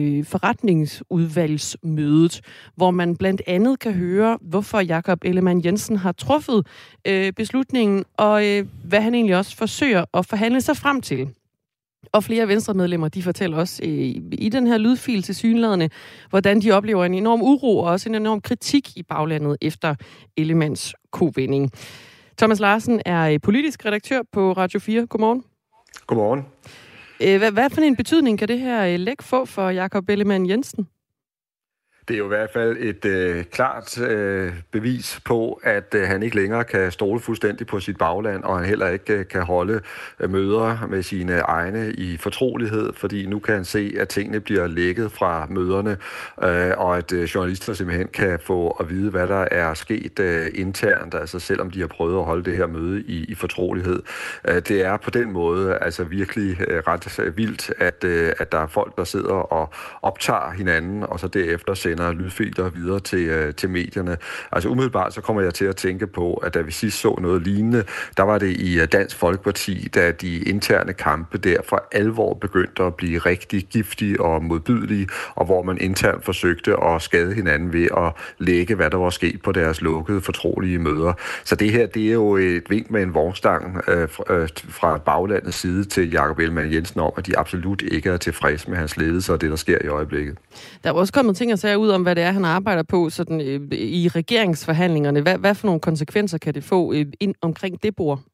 forretningsudvalgsmødet, hvor man blandt andet kan høre, hvorfor Jakob Ellemann-Jensen har truffet beslutningen, og hvad han egentlig også forsøger at forhandle sig frem til. Og flere Venstre-medlemmer, de fortæller også i den her lydfil til synlædende, hvordan de oplever en enorm uro og også en enorm kritik i baglandet efter Ellemanns kovending. Thomas Larsen er politisk redaktør på Radio 4. Godmorgen. Godmorgen. Hvad for en betydning kan det her læk få for Jakob Ellemann-Jensen? Det er jo i hvert fald et klart bevis på, at han ikke længere kan stole fuldstændig på sit bagland, og han heller ikke kan holde møder med sine egne i fortrolighed, fordi nu kan han se, at tingene bliver lækket fra møderne, og at journalister simpelthen kan få at vide, hvad der er sket internt, altså selvom de har prøvet at holde det her møde i fortrolighed. Det er på den måde altså virkelig ret vildt, at der er folk, der sidder og optager hinanden, og så derefter sender lydfiler videre til medierne. Altså umiddelbart så kommer jeg til at tænke på, at da vi sidst så noget lignende, der var det i Dansk Folkeparti, da de interne kampe der for alvor begyndte at blive rigtig giftige og modbydelige, og hvor man internt forsøgte at skade hinanden ved at lægge, hvad der var sket på deres lukkede, fortrolige møder. Så det her, det er jo et vink med en vognstang fra baglandets side til Jakob Ellemann-Jensen om, at de absolut ikke er tilfredse med hans ledelse og det, der sker i øjeblikket. Der er også kommet ting at sige ud om, hvad det er, han arbejder på sådan, i regeringsforhandlingerne. Hvad for nogle konsekvenser kan det få ind omkring det bord?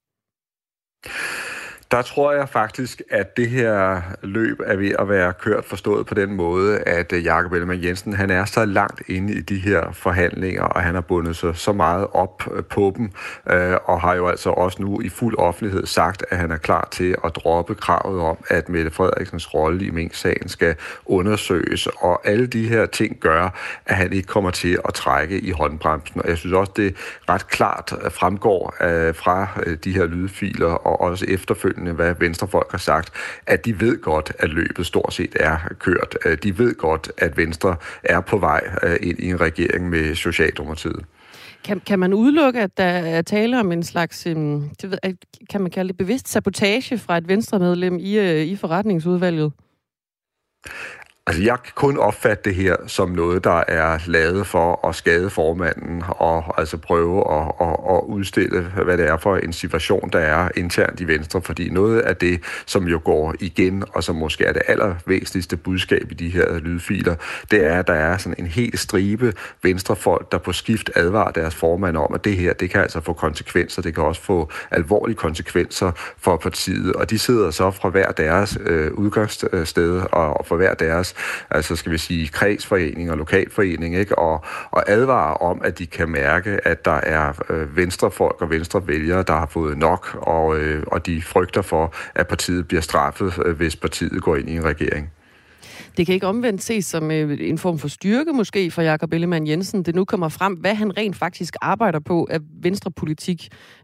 Der tror jeg faktisk, at det her løb er ved at være kørt forstået på den måde, at Jakob Ellemann-Jensen, han er så langt inde i de her forhandlinger, og han har bundet sig så meget op på dem, og har jo altså også nu i fuld offentlighed sagt, at han er klar til at droppe kravet om, at Mette Frederiksens rolle i Mink-sagen skal undersøges, og alle de her ting gør, at han ikke kommer til at trække i håndbremsen. Og jeg synes også, det ret klart fremgår fra de her lydfiler, og også efterfølgende efterfølgende, hvad venstrefolk har sagt, at de ved godt, at løbet stort set er kørt. De ved godt, at Venstre er på vej ind i en regering med Socialdemokratiet. Kan man udelukke, at der er tale om en slags, kan man kalde det bevidst sabotage fra et venstremedlem i forretningsudvalget? Altså, jeg kan kun opfatte det her som noget, der er lavet for at skade formanden og altså prøve at udstille, hvad det er for en situation, der er internt i Venstre. Fordi noget af det, som jo går igen, og som måske er det allervæsentligste budskab i de her lydfiler, det er, at der er sådan en helt stribe venstrefolk, der på skift advarer deres formand om, at det her, det kan altså få konsekvenser. Det kan også få alvorlige konsekvenser for partiet. Og de sidder så fra hver deres udgangssted og fra hver deres altså skal vi sige kredsforening og lokalforening, ikke? Og advarer om, at de kan mærke, at der er venstrefolk og venstrevælgere, der har fået nok, og de frygter for, at partiet bliver straffet, hvis partiet går ind i en regering. Det kan ikke omvendt ses som en form for styrke måske for Jakob Ellemann-Jensen. Det nu kommer frem, hvad han rent faktisk arbejder på af venstrepolitik,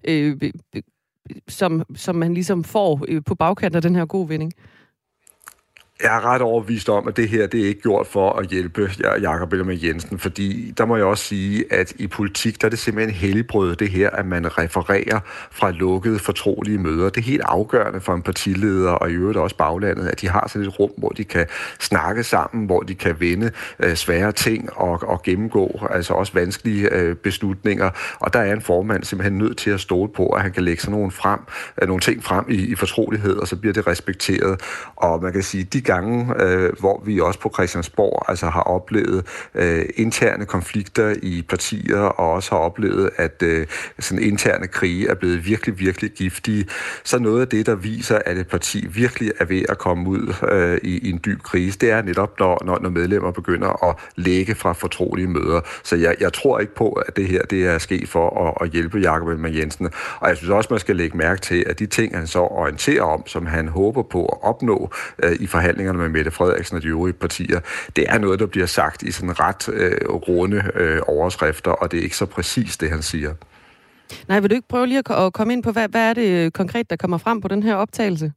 som man ligesom får på bagkanten af den her gode vending. Jeg er ret overbevist om, at det her det er ikke gjort for at hjælpe Jakob Ellemann-Jensen, fordi der må jeg også sige, at i politik, der er det simpelthen helligbrød det her, at man refererer fra lukkede, fortrolige møder. Det er helt afgørende for en partileder, og i øvrigt også baglandet, at de har sådan et rum, hvor de kan snakke sammen, hvor de kan vende svære ting og gennemgå altså også vanskelige beslutninger. Og der er en formand simpelthen nødt til at stole på, at han kan lægge sådan nogle ting frem i fortrolighed, og så bliver det respekteret. Og man kan sige, de gange, hvor vi også på Christiansborg altså har oplevet interne konflikter i partier, og også har oplevet, at sådan interne krige er blevet virkelig, virkelig giftige, så noget af det, der viser, at et parti virkelig er ved at komme ud i en dyb krise, det er netop, når medlemmer begynder at lægge fra fortrolige møder. Så jeg tror ikke på, at det her det er sket for at hjælpe Jakob Ellemann-Jensen. Og jeg synes også, man skal lægge mærke til, at de ting, han så orienterer om, som han håber på at opnå i forhandlingerne med Mette Frederiksen og de øvrige partier, det er noget, der bliver sagt i sådan ret runde overskrifter, og det er ikke så præcist, det han siger. Nej, vil du ikke prøve lige at komme ind på, hvad er det konkret, der kommer frem på den her optagelse?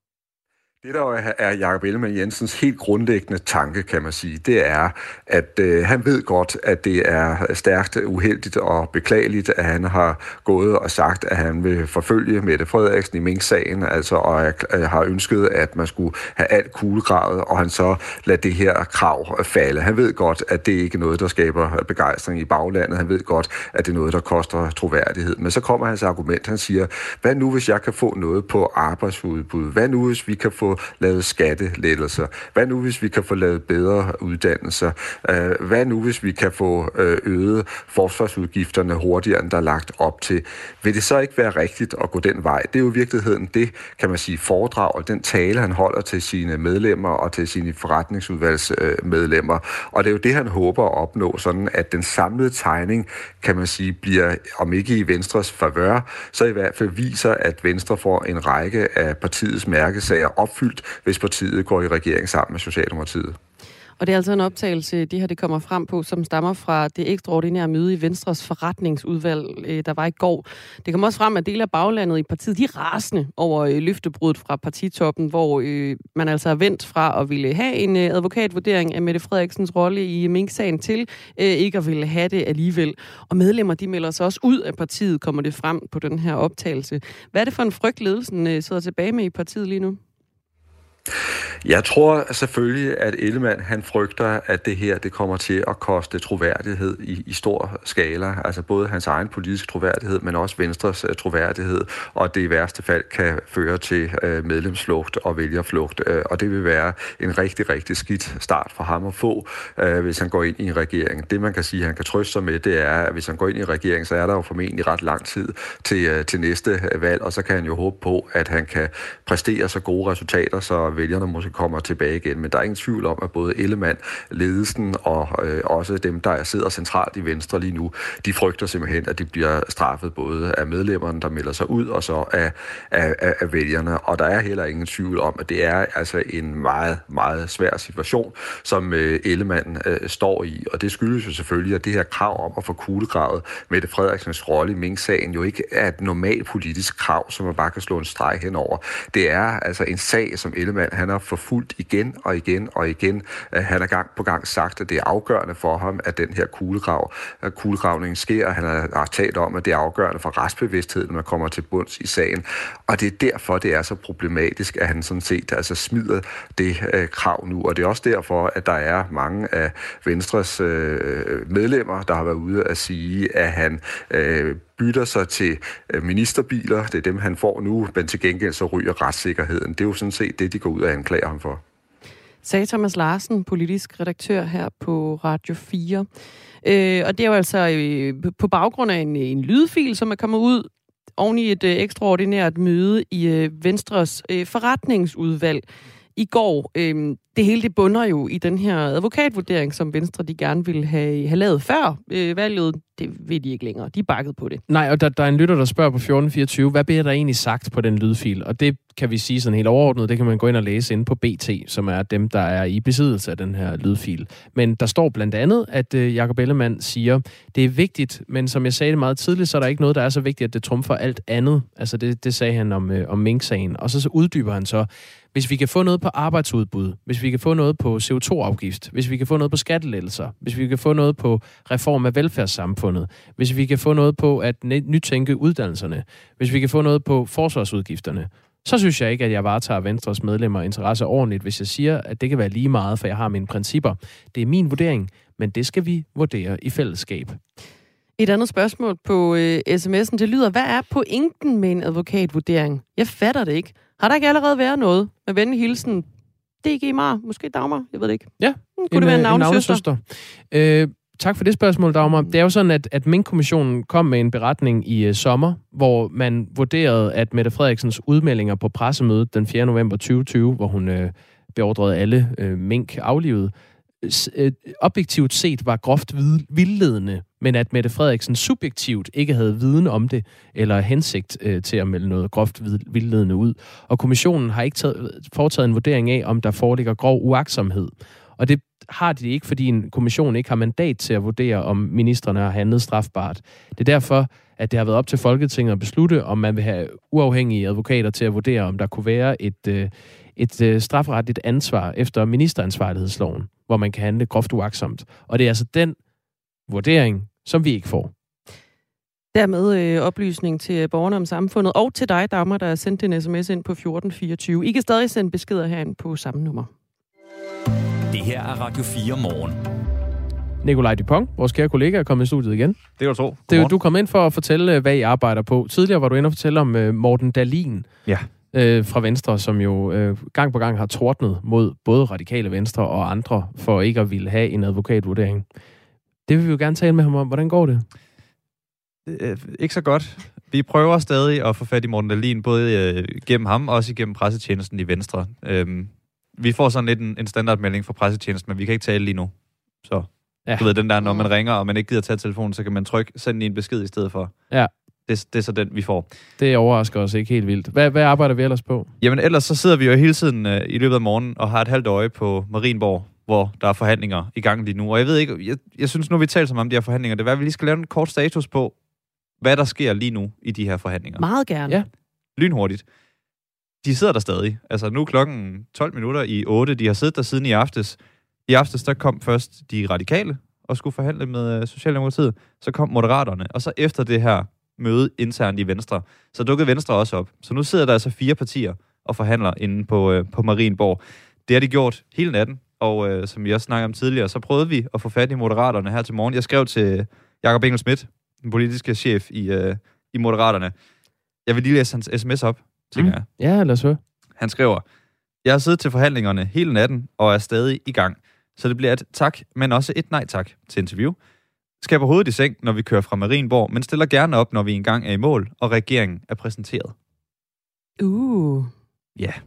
Det, der er Jakob Ellemann-Jensens helt grundlæggende tanke, kan man sige, det er, at han ved godt, at det er stærkt uheldigt og beklageligt, at han har gået og sagt, at han vil forfølge Mette Frederiksen i Mink-sagen, altså, og har ønsket, at man skulle have alt kuglegravet, og han så lader det her krav falde. Han ved godt, at det ikke er noget, der skaber begejstring i baglandet. Han ved godt, at det er noget, der koster troværdighed. Men så kommer hans argument, han siger, hvad nu, hvis jeg kan få noget på arbejdsudbud? Hvad nu, hvis vi kan få lavet skattelettelser? Hvad nu, hvis vi kan få lavet bedre uddannelser? Hvad nu, hvis vi kan få øget forsvarsudgifterne hurtigere, end der er lagt op til? Vil det så ikke være rigtigt at gå den vej? Det er jo i virkeligheden det, kan man sige, foredrag og den tale, han holder til sine medlemmer og til sine forretningsudvalgsmedlemmer. Og det er jo det, han håber at opnå, sådan at den samlede tegning, kan man sige, bliver, om ikke i Venstres favør, så i hvert fald viser, at Venstre får en række af partiets mærkesager opfyldt, hvis partiet går i regering sammen med Socialdemokratiet. Og det er altså en optagelse, det her det kommer frem på, som stammer fra det ekstraordinære møde i Venstres forretningsudvalg, der var i går. Det kommer også frem, at dele af baglandet i partiet, de er rasende over løftebruddet fra partitoppen, hvor man altså er vendt fra at ville have en advokatvurdering af Mette Frederiksens rolle i Mink-sagen til ikke at ville have det alligevel. Og medlemmer, de melder sig også ud af partiet, kommer det frem på den her optagelse. Hvad er det for en frygt, ledelsen sidder tilbage med i partiet lige nu? Jeg tror selvfølgelig, at Ellemann, han frygter, at det her, det kommer til at koste troværdighed i stor skala. Altså både hans egen politiske troværdighed, men også Venstres troværdighed, og det i værste fald kan føre til medlemsflugt og vælgerflugt. Og det vil være en rigtig, rigtig skidt start for ham at få, hvis han går ind i en regering. Det, man kan sige, han kan trøste sig med, det er, at hvis han går ind i en regering, så er der jo formentlig ret lang tid til næste valg, og så kan han jo håbe på, at han kan præstere så gode resultater, så at vælgerne måske kommer tilbage igen. Men der er ingen tvivl om, at både Ellemann, ledelsen og også dem, der sidder centralt i Venstre lige nu, de frygter simpelthen, at de bliver straffet både af medlemmerne, der melder sig ud, og så af vælgerne. Og der er heller ingen tvivl om, at det er altså en meget, meget svær situation, som Ellemann står i. Og det skyldes jo selvfølgelig, at det her krav om at få kuglegravet Mette Frederiksens rolle i Mink-sagen jo ikke er et normalt politisk krav, som man bare kan slå en streg henover. Det er altså en sag, som Ellemann han har forfulgt igen og igen og igen. Han har gang på gang sagt, at det er afgørende for ham, at den her kuglegravning sker. Han har talt om, at det er afgørende for retsbevidstheden, når man kommer til bunds i sagen. Og det er derfor, det er så problematisk, at han sådan set altså smider det krav nu. Og det er også derfor, at der er mange af Venstres medlemmer, der har været ude at sige, at han bytter sig til ministerbiler. Det er dem, han får nu, men til gengæld så ryger retssikkerheden. Det er jo sådan set det, de går ud og anklager ham for. Sagde Thomas Larsen, politisk redaktør her på Radio 4. Og det er jo altså på baggrund af en lydfil, som er kommet ud oven i et ekstraordinært møde i Venstres forretningsudvalg i går. Det hele det bunder jo i den her advokatvurdering, som Venstre de gerne ville have lavet før valget. Det vil de ikke længere. De bakkede på det. Nej, og der er en lytter, der spørger på 1424, hvad bliver der egentlig sagt på den lydfil? Og det kan vi sige sådan helt overordnet, det kan man gå ind og læse inde på BT, som er dem, der er i besiddelse af den her lydfil. Men der står blandt andet, at Jakob Ellemann siger, det er vigtigt, men som jeg sagde det meget tidligt, så er der ikke noget, der er så vigtigt, at det trumfer alt andet. Altså det sagde han om Mink-sagen. Og så uddyber han så, hvis vi kan få noget på arbejdsudbud, hvis vi kan få noget på CO2-afgift, hvis vi kan få noget på skattelettelser, hvis vi kan få noget på reform af velfærdssamfundet, hvis vi kan få noget på at nytænke uddannelserne, hvis vi kan få noget på forsvarsudgifterne, så synes jeg ikke, at jeg varetager Venstres medlemmer interesse ordentligt, hvis jeg siger, at det kan være lige meget, for jeg har mine principper. Det er min vurdering, men det skal vi vurdere i fællesskab. Et andet spørgsmål på sms'en, det lyder, hvad er pointen med en advokatvurdering? Jeg fatter det ikke. Har der ikke allerede været noget? Med venlig hilsen, DG Mar, måske Dagmar, jeg ved det ikke. Ja, kunne det være en navnesøster? Tak for det spørgsmål, Dagmar. Det er jo sådan, at Mink-kommissionen kom med en beretning i sommer, hvor man vurderede, at Mette Frederiksens udmeldinger på pressemødet den 4. november 2020, hvor hun beordrede alle mink aflivet, objektivt set var groft vildledende, men at Mette Frederiksen subjektivt ikke havde viden om det, eller hensigt til at melde noget groft vildledende ud. Og kommissionen har ikke foretaget en vurdering af, om der foreligger grov uagtsomhed. Og det har de ikke, fordi en kommission ikke har mandat til at vurdere, om ministrene har handlet strafbart. Det er derfor, at det har været op til Folketinget at beslutte, om man vil have uafhængige advokater til at vurdere, om der kunne være et strafferetligt ansvar efter ministeransvarlighedsloven, hvor man kan handle groft uagtsomt. Og det er altså den vurdering, som vi ikke får. Dermed oplysning til borgerne om samfundet, og til dig, Dagmar, der har sendt en sms ind på 1424. I kan stadig sende beskeder herind på samme nummer. Det her er Radio 4 morgen. Nikolaj Dupont, vores kære kollega, er kommet i studiet igen. Det kan du tro. Du kom ind for at fortælle, hvad I arbejder på. Tidligere var du inde og fortælle om Morten Dahlin fra Venstre, som jo gang på gang har tordnet mod både Radikale Venstre og andre for ikke at ville have en advokatvurdering. Det vil vi jo gerne tale med ham om. Hvordan går det? Ikke så godt. Vi prøver stadig at få fat i Morten Dahlin, både gennem ham og også igennem pressetjenesten i Venstre. Vi får sådan lidt en standardmelding fra pressetjenesten, men vi kan ikke tale lige nu. Så du ved, den der, når man ringer, og man ikke gider tage telefonen, så kan man sende en besked i stedet for. Ja. Det er så den, vi får. Det overrasker os ikke helt vildt. Hvad arbejder vi ellers på? Jamen ellers så sidder vi jo hele tiden i løbet af morgenen og har et halvt øje på Marienborg, hvor der er forhandlinger i gang lige nu. Og jeg ved ikke, jeg synes nu, vi taler så meget om de her forhandlinger. Det er, at vi lige skal lave en kort status på, hvad der sker lige nu i de her forhandlinger. Meget gerne. Ja, lynhurtigt. De sidder der stadig. Altså nu er klokken 12 minutter i 8. De har siddet der siden i aftes. I aftes der kom først de radikale og skulle forhandle med Socialdemokratiet. Så kom Moderaterne. Og så efter det her møde internt i Venstre, så dukkede Venstre også op. Så nu sidder der altså 4 partier og forhandler inde på Marienborg. Det har de gjort hele natten. Og som vi også snakkede om tidligere, så prøvede vi at få fat i Moderaterne her til morgen. Jeg skrev til Jakob Engel-Schmidt, den politiske chef i Moderaterne. Jeg vil lige læse hans sms op, tænker jeg. Ja, lad os høre. Han skriver, jeg har siddet til forhandlingerne hele natten og er stadig i gang. Så det bliver et tak, men også et nej tak til interview. Skal på hovedet i seng, når vi kører fra Marienborg, men stiller gerne op, når vi engang er i mål, og regeringen er præsenteret. Ja.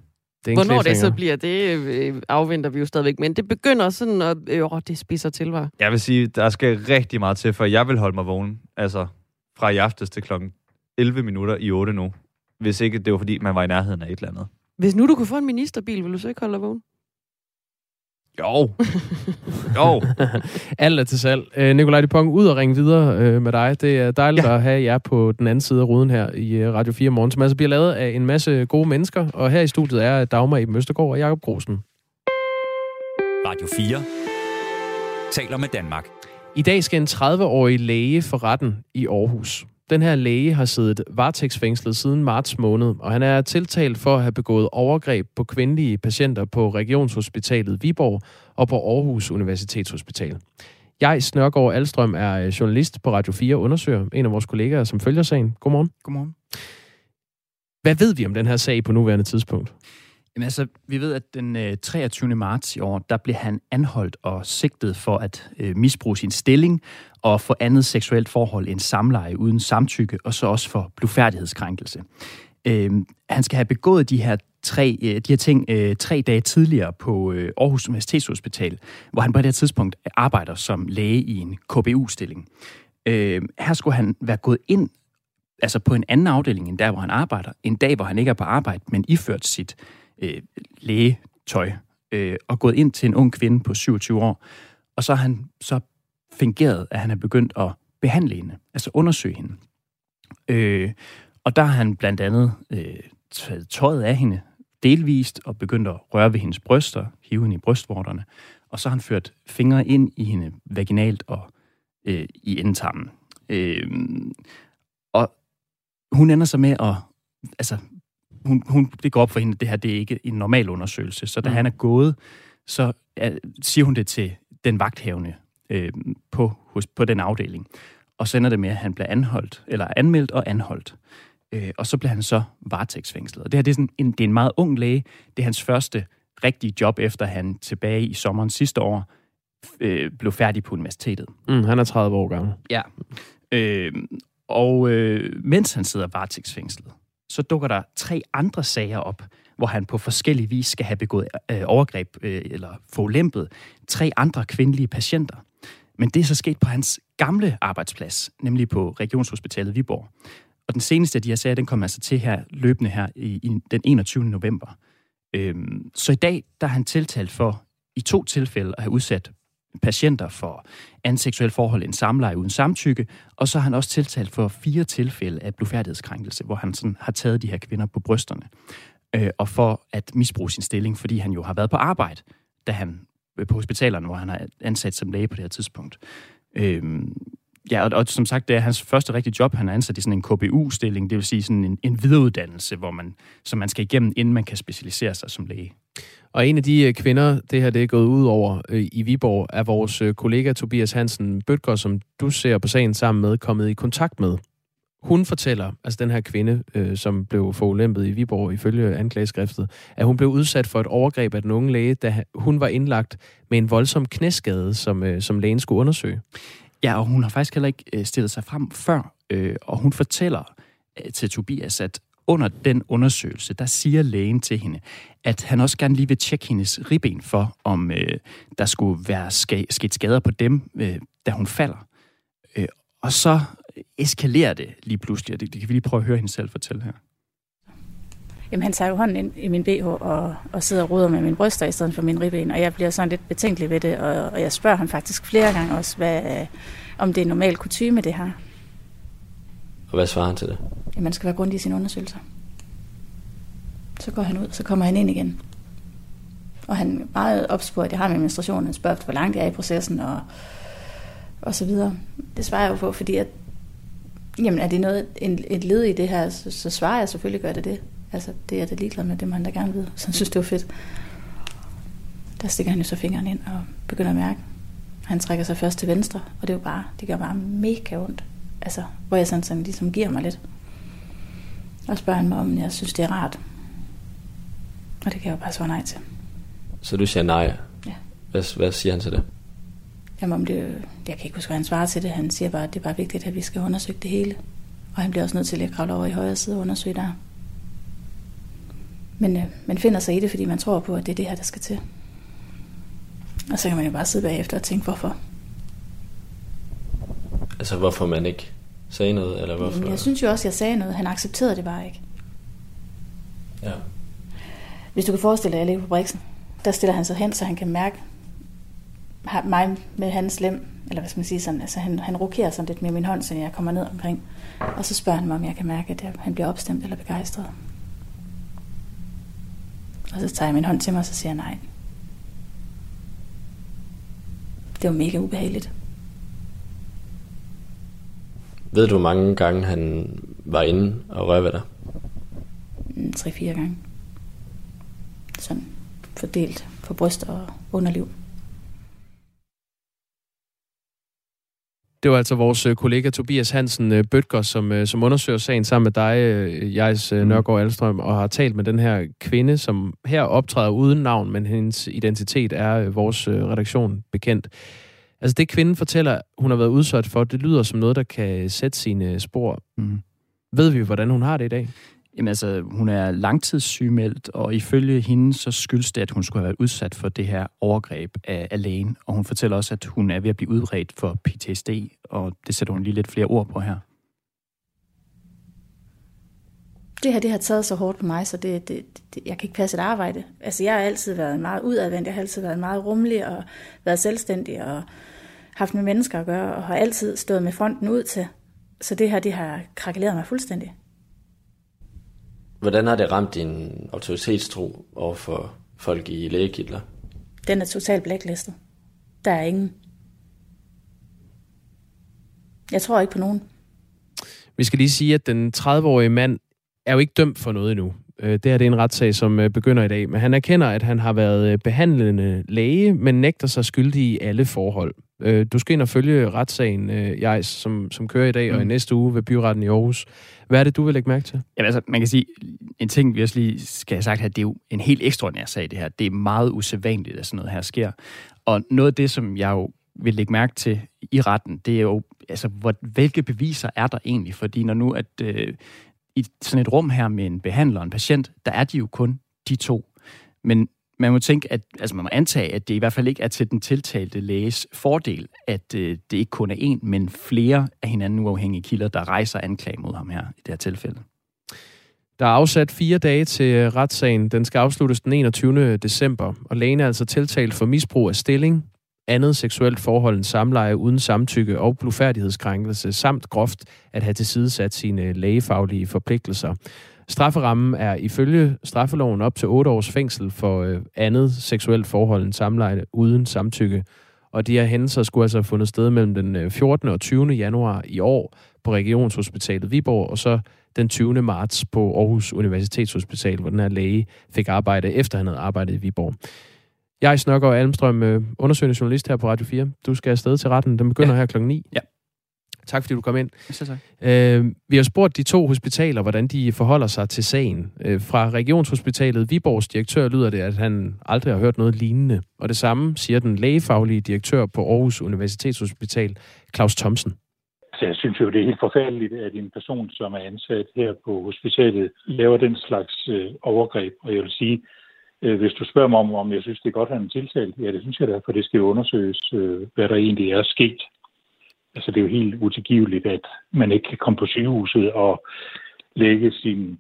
Hvornår det så bliver, det afventer vi jo stadigvæk. Men det begynder sådan at... det spidser til, var. Jeg vil sige, der skal rigtig meget til, for jeg vil holde mig vågen. Altså, fra i aftes til klokken 11 minutter i 8 nu. Hvis ikke det var, fordi man var i nærheden af et eller andet. Hvis nu du kunne få en ministerbil, vil du så ikke holde dig vågen? Jo. Alt er til salg. Nikolaj Dupont, ud og ringe videre med dig. Det er dejligt at have jer på den anden side af ruden her i Radio 4 Morgen, som altså bliver lavet af en masse gode mennesker. Og her i studiet er Dagmar Eben Østergaard og Jakob Grosen. Radio 4 taler med Danmark. I dag skal en 30-årig læge for retten i Aarhus. Den her læge har siddet varetægtsfængslet siden marts måned, og han er tiltalt for at have begået overgreb på kvindelige patienter på Regionshospitalet Viborg og på Aarhus Universitetshospital. Jeg, Snørgaard Alstrøm, er journalist på Radio 4 undersøger, en af vores kollegaer, som følger sagen. Godmorgen. Godmorgen. Hvad ved vi om den her sag på nuværende tidspunkt? Jamen altså, vi ved, at den 23. marts i år, der blev han anholdt og sigtet for at misbruge sin stilling og for andet seksuelt forhold end samleje uden samtykke, og så også for blufærdighedskrænkelse. Han skal have begået de her ting 3 dage tidligere på Aarhus Universitetshospital, hvor han på det her tidspunkt arbejder som læge i en KBU-stilling. Her skulle han være gået ind altså på en anden afdeling end der, hvor han arbejder, en dag, hvor han ikke er på arbejde, men iført sit lægetøj, og gået ind til en ung kvinde på 27 år, og så har han så fingeret, at han er begyndt at behandle hende, altså undersøge hende. Og der har han blandt andet taget tøjet af hende delvist, og begyndt at røre ved hendes bryster, hive hende i brystvorterne, og så har han ført fingre ind i hende vaginalt og i endetarmen. Og hun ender så med at, altså, det går op for hende, det her det er ikke en normal undersøgelse. Så da han er gået, så siger hun det til den vagthavende på den afdeling. Og så ender det med, at han bliver anmeldt og anholdt. Og så bliver han så varetægtsfængslet. Og det her det er en meget ung læge. Det er hans første rigtige job, efter han tilbage i sommeren sidste år blev færdig på universitetet. Han er 30 år gammel. Ja. Mens han sidder varetægtsfængslet, så dukker der 3 andre sager op, hvor han på forskellige vis skal have begået overgreb eller forulempet 3 andre kvindelige patienter. Men det er så sket på hans gamle arbejdsplads, nemlig på Regionshospitalet Viborg. Og den seneste af de her sager, den kommer altså til her løbende her i den 21. november. Så i dag, der er han tiltalt for i 2 tilfælde at have udsat patienter for andet seksuelt forhold end samleje uden samtykke, og så har han også tiltalt for 4 tilfælde af blufærdighedskrænkelse, hvor han sådan har taget de her kvinder på brysterne, og for at misbruge sin stilling, fordi han jo har været på arbejde, da han på hospitalerne, hvor han er ansat som læge på det her tidspunkt. Og som sagt, det er hans første rigtige job. Han er ansat i sådan en KBU-stilling, det vil sige sådan en videreuddannelse, som man skal igennem, inden man kan specialisere sig som læge. Og en af de kvinder, det her det er gået ud over i Viborg, er vores kollega Tobias Hansen Bødker, som du ser på sagen sammen med, kommet i kontakt med. Hun fortæller, altså den her kvinde, som blev forulempet i Viborg ifølge anklageskriftet, at hun blev udsat for et overgreb af den unge læge, da hun var indlagt med en voldsom knæskade, som lægen skulle undersøge. Ja, og hun har faktisk heller ikke stillet sig frem før, og hun fortæller til Tobias, at under den undersøgelse, der siger lægen til hende, at han også gerne lige vil tjekke hendes ribben for, om der skulle være sket skader på dem, da hun falder. Og så eskalerer det lige pludselig, det kan vi lige prøve at høre hende selv fortælle her. Jamen, han tager jo hånden ind i min BH og sidder og ruder med mine bryster i stedet for min ribben, og jeg bliver sådan lidt betænkelig ved det, og jeg spørger ham faktisk flere gange også, om det er normal kutyme, det her. Og hvad svarer han til det? Jamen, man skal være grundig i sine undersøgelser. Så går han ud, så kommer han ind igen. Og han er meget opspurgt, at jeg har med menstruation, han spørger, hvor langt jeg er i processen, og så videre. Det svarer jeg jo på, fordi at, jamen, er det et led i det her, så svarer jeg selvfølgelig, gør det. Altså, det er det ligeglad med, det man da gerne ved. Så han synes, det var fedt. Der stikker han jo så fingeren ind og begynder at mærke. Han trækker sig først til venstre, og det gør bare mega ondt. Altså, hvor jeg sådan ligesom giver mig lidt. Og spørger han mig, om jeg synes, det er rart. Og det kan jeg jo bare svare nej til. Så du siger nej? Ja. Hvad siger han til det? Jamen, jeg kan ikke huske, hvad han svarer til det. Han siger bare, at det er bare vigtigt, at vi skal undersøge det hele. Og han bliver også nødt til at kravle over i højre side og undersøge der. Men man finder sig i det, fordi man tror på, at det er det her, der skal til. Og så kan man jo bare sidde bagefter og tænke, hvorfor. Altså, hvorfor man ikke sagde noget, eller hvorfor? Jamen, jeg synes jo også, jeg sagde noget. Han accepterede det bare ikke. Ja. Hvis du kan forestille dig, at jeg ligger på Brixen, der stiller han sig hen, så han kan mærke mig med hans lem, eller hvad skal man sige sådan, altså han rokerer sådan lidt med min hånd, så jeg kommer ned omkring, og så spørger han mig, om jeg kan mærke, at han bliver opstemt eller begejstret. Og så tager jeg min hånd til mig, og så siger jeg nej. Det var mega ubehageligt. Ved du, hvor mange gange han var inde og røre ved dig? 3-4 gange. Sådan fordelt på bryst og underliv. Det var altså vores kollega Tobias Hansen Bødker, som undersøger sagen sammen med dig, Jais Nørgaard Alstrøm, og har talt med den her kvinde, som her optræder uden navn, men hendes identitet er vores redaktion bekendt. Altså det kvinden fortæller, hun har været udsat for, det lyder som noget, der kan sætte sine spor. Mm. Ved vi, hvordan hun har det i dag? Jamen altså, hun er langtidssygemeldt, og ifølge hende, så skyldes det, at hun skulle have været udsat for det her overgreb af lægen. Og hun fortæller også, at hun er ved at blive udredt for PTSD, og det sætter hun lige lidt flere ord på her. Det har taget så hårdt på mig, så jeg kan ikke passe et arbejde. Altså, jeg har altid været meget udadvendt, jeg har altid været meget rummelig og været selvstændig og haft med mennesker at gøre, og har altid stået med fronten ud til. Så det har krakeleret mig fuldstændig. Hvordan har det ramt din autoritetstro over for folk i lægekitler? Den er totalt blacklistet. Der er ingen. Jeg tror ikke på nogen. Vi skal lige sige, at den 30-årige mand er jo ikke dømt for noget endnu. Det her det er en retssag, som begynder i dag. Men han erkender, at han har været behandlende læge, men nægter sig skyldig i alle forhold. Du skal ind og følge retssagen, Jais, som kører i dag og i næste uge ved byretten i Aarhus. Hvad er det, du vil lægge mærke til? Jamen altså, man kan sige, en ting, vi også lige skal have sagt her, det er jo en helt ekstraordinær sag, det her. Det er meget usædvanligt, at sådan noget her sker. Og noget af det, som jeg jo vil lægge mærke til i retten, det er jo, altså, hvilke beviser er der egentlig? Fordi når nu, at i sådan et rum her med en behandler og en patient, der er de jo kun de to. Men man må tænke, man må antage, at det i hvert fald ikke er til den tiltalte læges fordel, at det ikke kun er én, men flere af hinanden uafhængige kilder, der rejser anklage mod ham her i det her tilfælde. Der er afsat 4 dage til retssagen. Den skal afsluttes den 21. december, og lægen er altså tiltalt for misbrug af stilling, andet seksuelt forhold end samleje uden samtykke og blufærdighedskrænkelse, samt groft at have tilsidesat sine lægefaglige forpligtelser. Strafferammen er ifølge straffeloven op til 8 års fængsel for andet seksuelt forhold end samleje uden samtykke. Og de her hændelser skulle altså have fundet sted mellem den 14. og 20. januar i år på Regionshospitalet Viborg, og så den 20. marts på Aarhus Universitetshospital, hvor den her læge fik arbejde, efter han havde arbejdet i Viborg. Jais Nørgaard Almstrøm, undersøgende journalist her på Radio 4. Du skal afsted til retten. Den begynder her klokken 9. Ja. Tak fordi du kom ind. Tak. Vi har spurgt de 2 hospitaler, hvordan de forholder sig til sagen. Fra Regionshospitalet Viborgs direktør lyder det, at han aldrig har hørt noget lignende. Og det samme siger den lægefaglige direktør på Aarhus Universitetshospital, Claus Thomsen. Så jeg synes jo, det er helt forfærdeligt, at en person, som er ansat her på hospitalet, laver den slags overgreb. Og jeg vil sige, hvis du spørger mig om jeg synes, det er godt, at han er tiltalt, ja, det synes jeg da, for det skal jo undersøges, hvad der egentlig er sket. Altså, det er jo helt utilgiveligt, at man ikke kan komme på sygehuset og lægge sin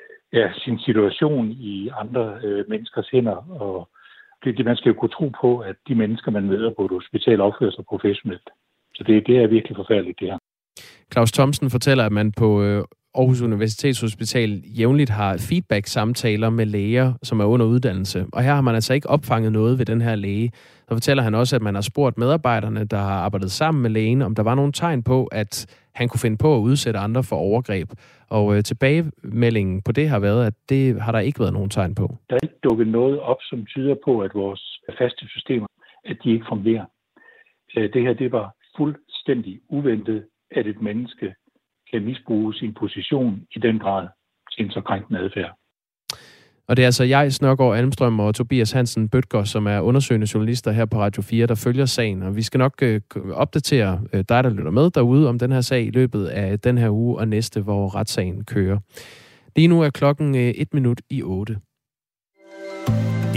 situation i andre menneskers hænder. Og man skal jo kunne tro på, at de mennesker, man møder på et hospital, opfører sig professionelt. Så det er virkelig forfærdeligt, det her. Claus Thomsen fortæller, at man på Aarhus Universitetshospital jævnligt har feedback-samtaler med læger, som er under uddannelse. Og her har man altså ikke opfanget noget ved den her læge. Så fortæller han også, at man har spurgt medarbejderne, der har arbejdet sammen med lægen, om der var nogle tegn på, at han kunne finde på at udsætte andre for overgreb. Og tilbagemeldingen på det har været, at det har der ikke været nogen tegn på. Der er ikke dukket noget op, som tyder på, at vores faste systemer, at de ikke fungerer. Det her, det var fuldstændig uventet, at et menneske kan misbruge sin position i den grad til en så krænkende adfærd. Og det er altså Jais Nørgaard Almstrøm og Tobias Hansen Bødker, som er undersøgende journalister her på Radio 4, der følger sagen. Og vi skal nok opdatere dig, der lytter med derude, om den her sag i løbet af den her uge og næste, hvor retssagen kører. Lige nu er klokken 7:01.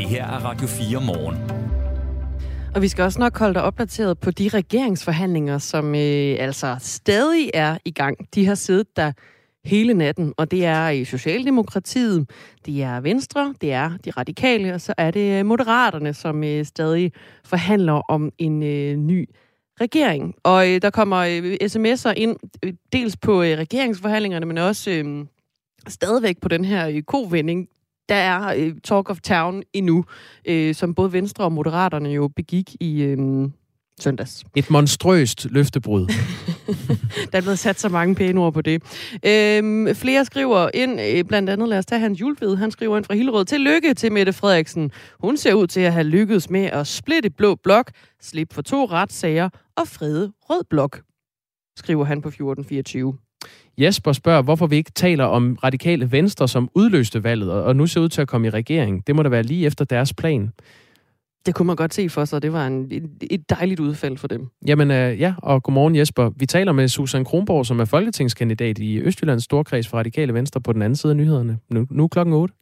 Det her er Radio 4 morgen. Og vi skal også nok holde dig opdateret på de regeringsforhandlinger, som altså stadig er i gang. De har siddet der hele natten, og det er i Socialdemokratiet, det er Venstre, det er de radikale, og så er det Moderaterne, som stadig forhandler om en ny regering. Og der kommer sms'er ind, dels på regeringsforhandlingerne, men også stadigvæk på den her kovending. Der er Talk of Town endnu, som både Venstre og Moderaterne jo begik i søndags. Et monstrøst løftebrud. Der er blevet sat så mange pæne ord på det. Flere skriver ind, blandt andet, lad os tage Hans Julved, han skriver ind fra Hillerød: tillykke til Mette Frederiksen. Hun ser ud til at have lykkedes med at splitte blå blok, slippe for 2 retssager og frede rød blok, skriver han på 1424. Jesper spørger, hvorfor vi ikke taler om radikale Venstre, som udløste valget, og nu ser ud til at komme i regering. Det må da være lige efter deres plan. Det kunne man godt se for sig. Det var et dejligt udfald for dem. Jamen ja, og godmorgen Jesper. Vi taler med Susan Kronborg, som er folketingskandidat i Østjyllands Storkreds for Radikale Venstre på den anden side af nyhederne. Nu klokken 8.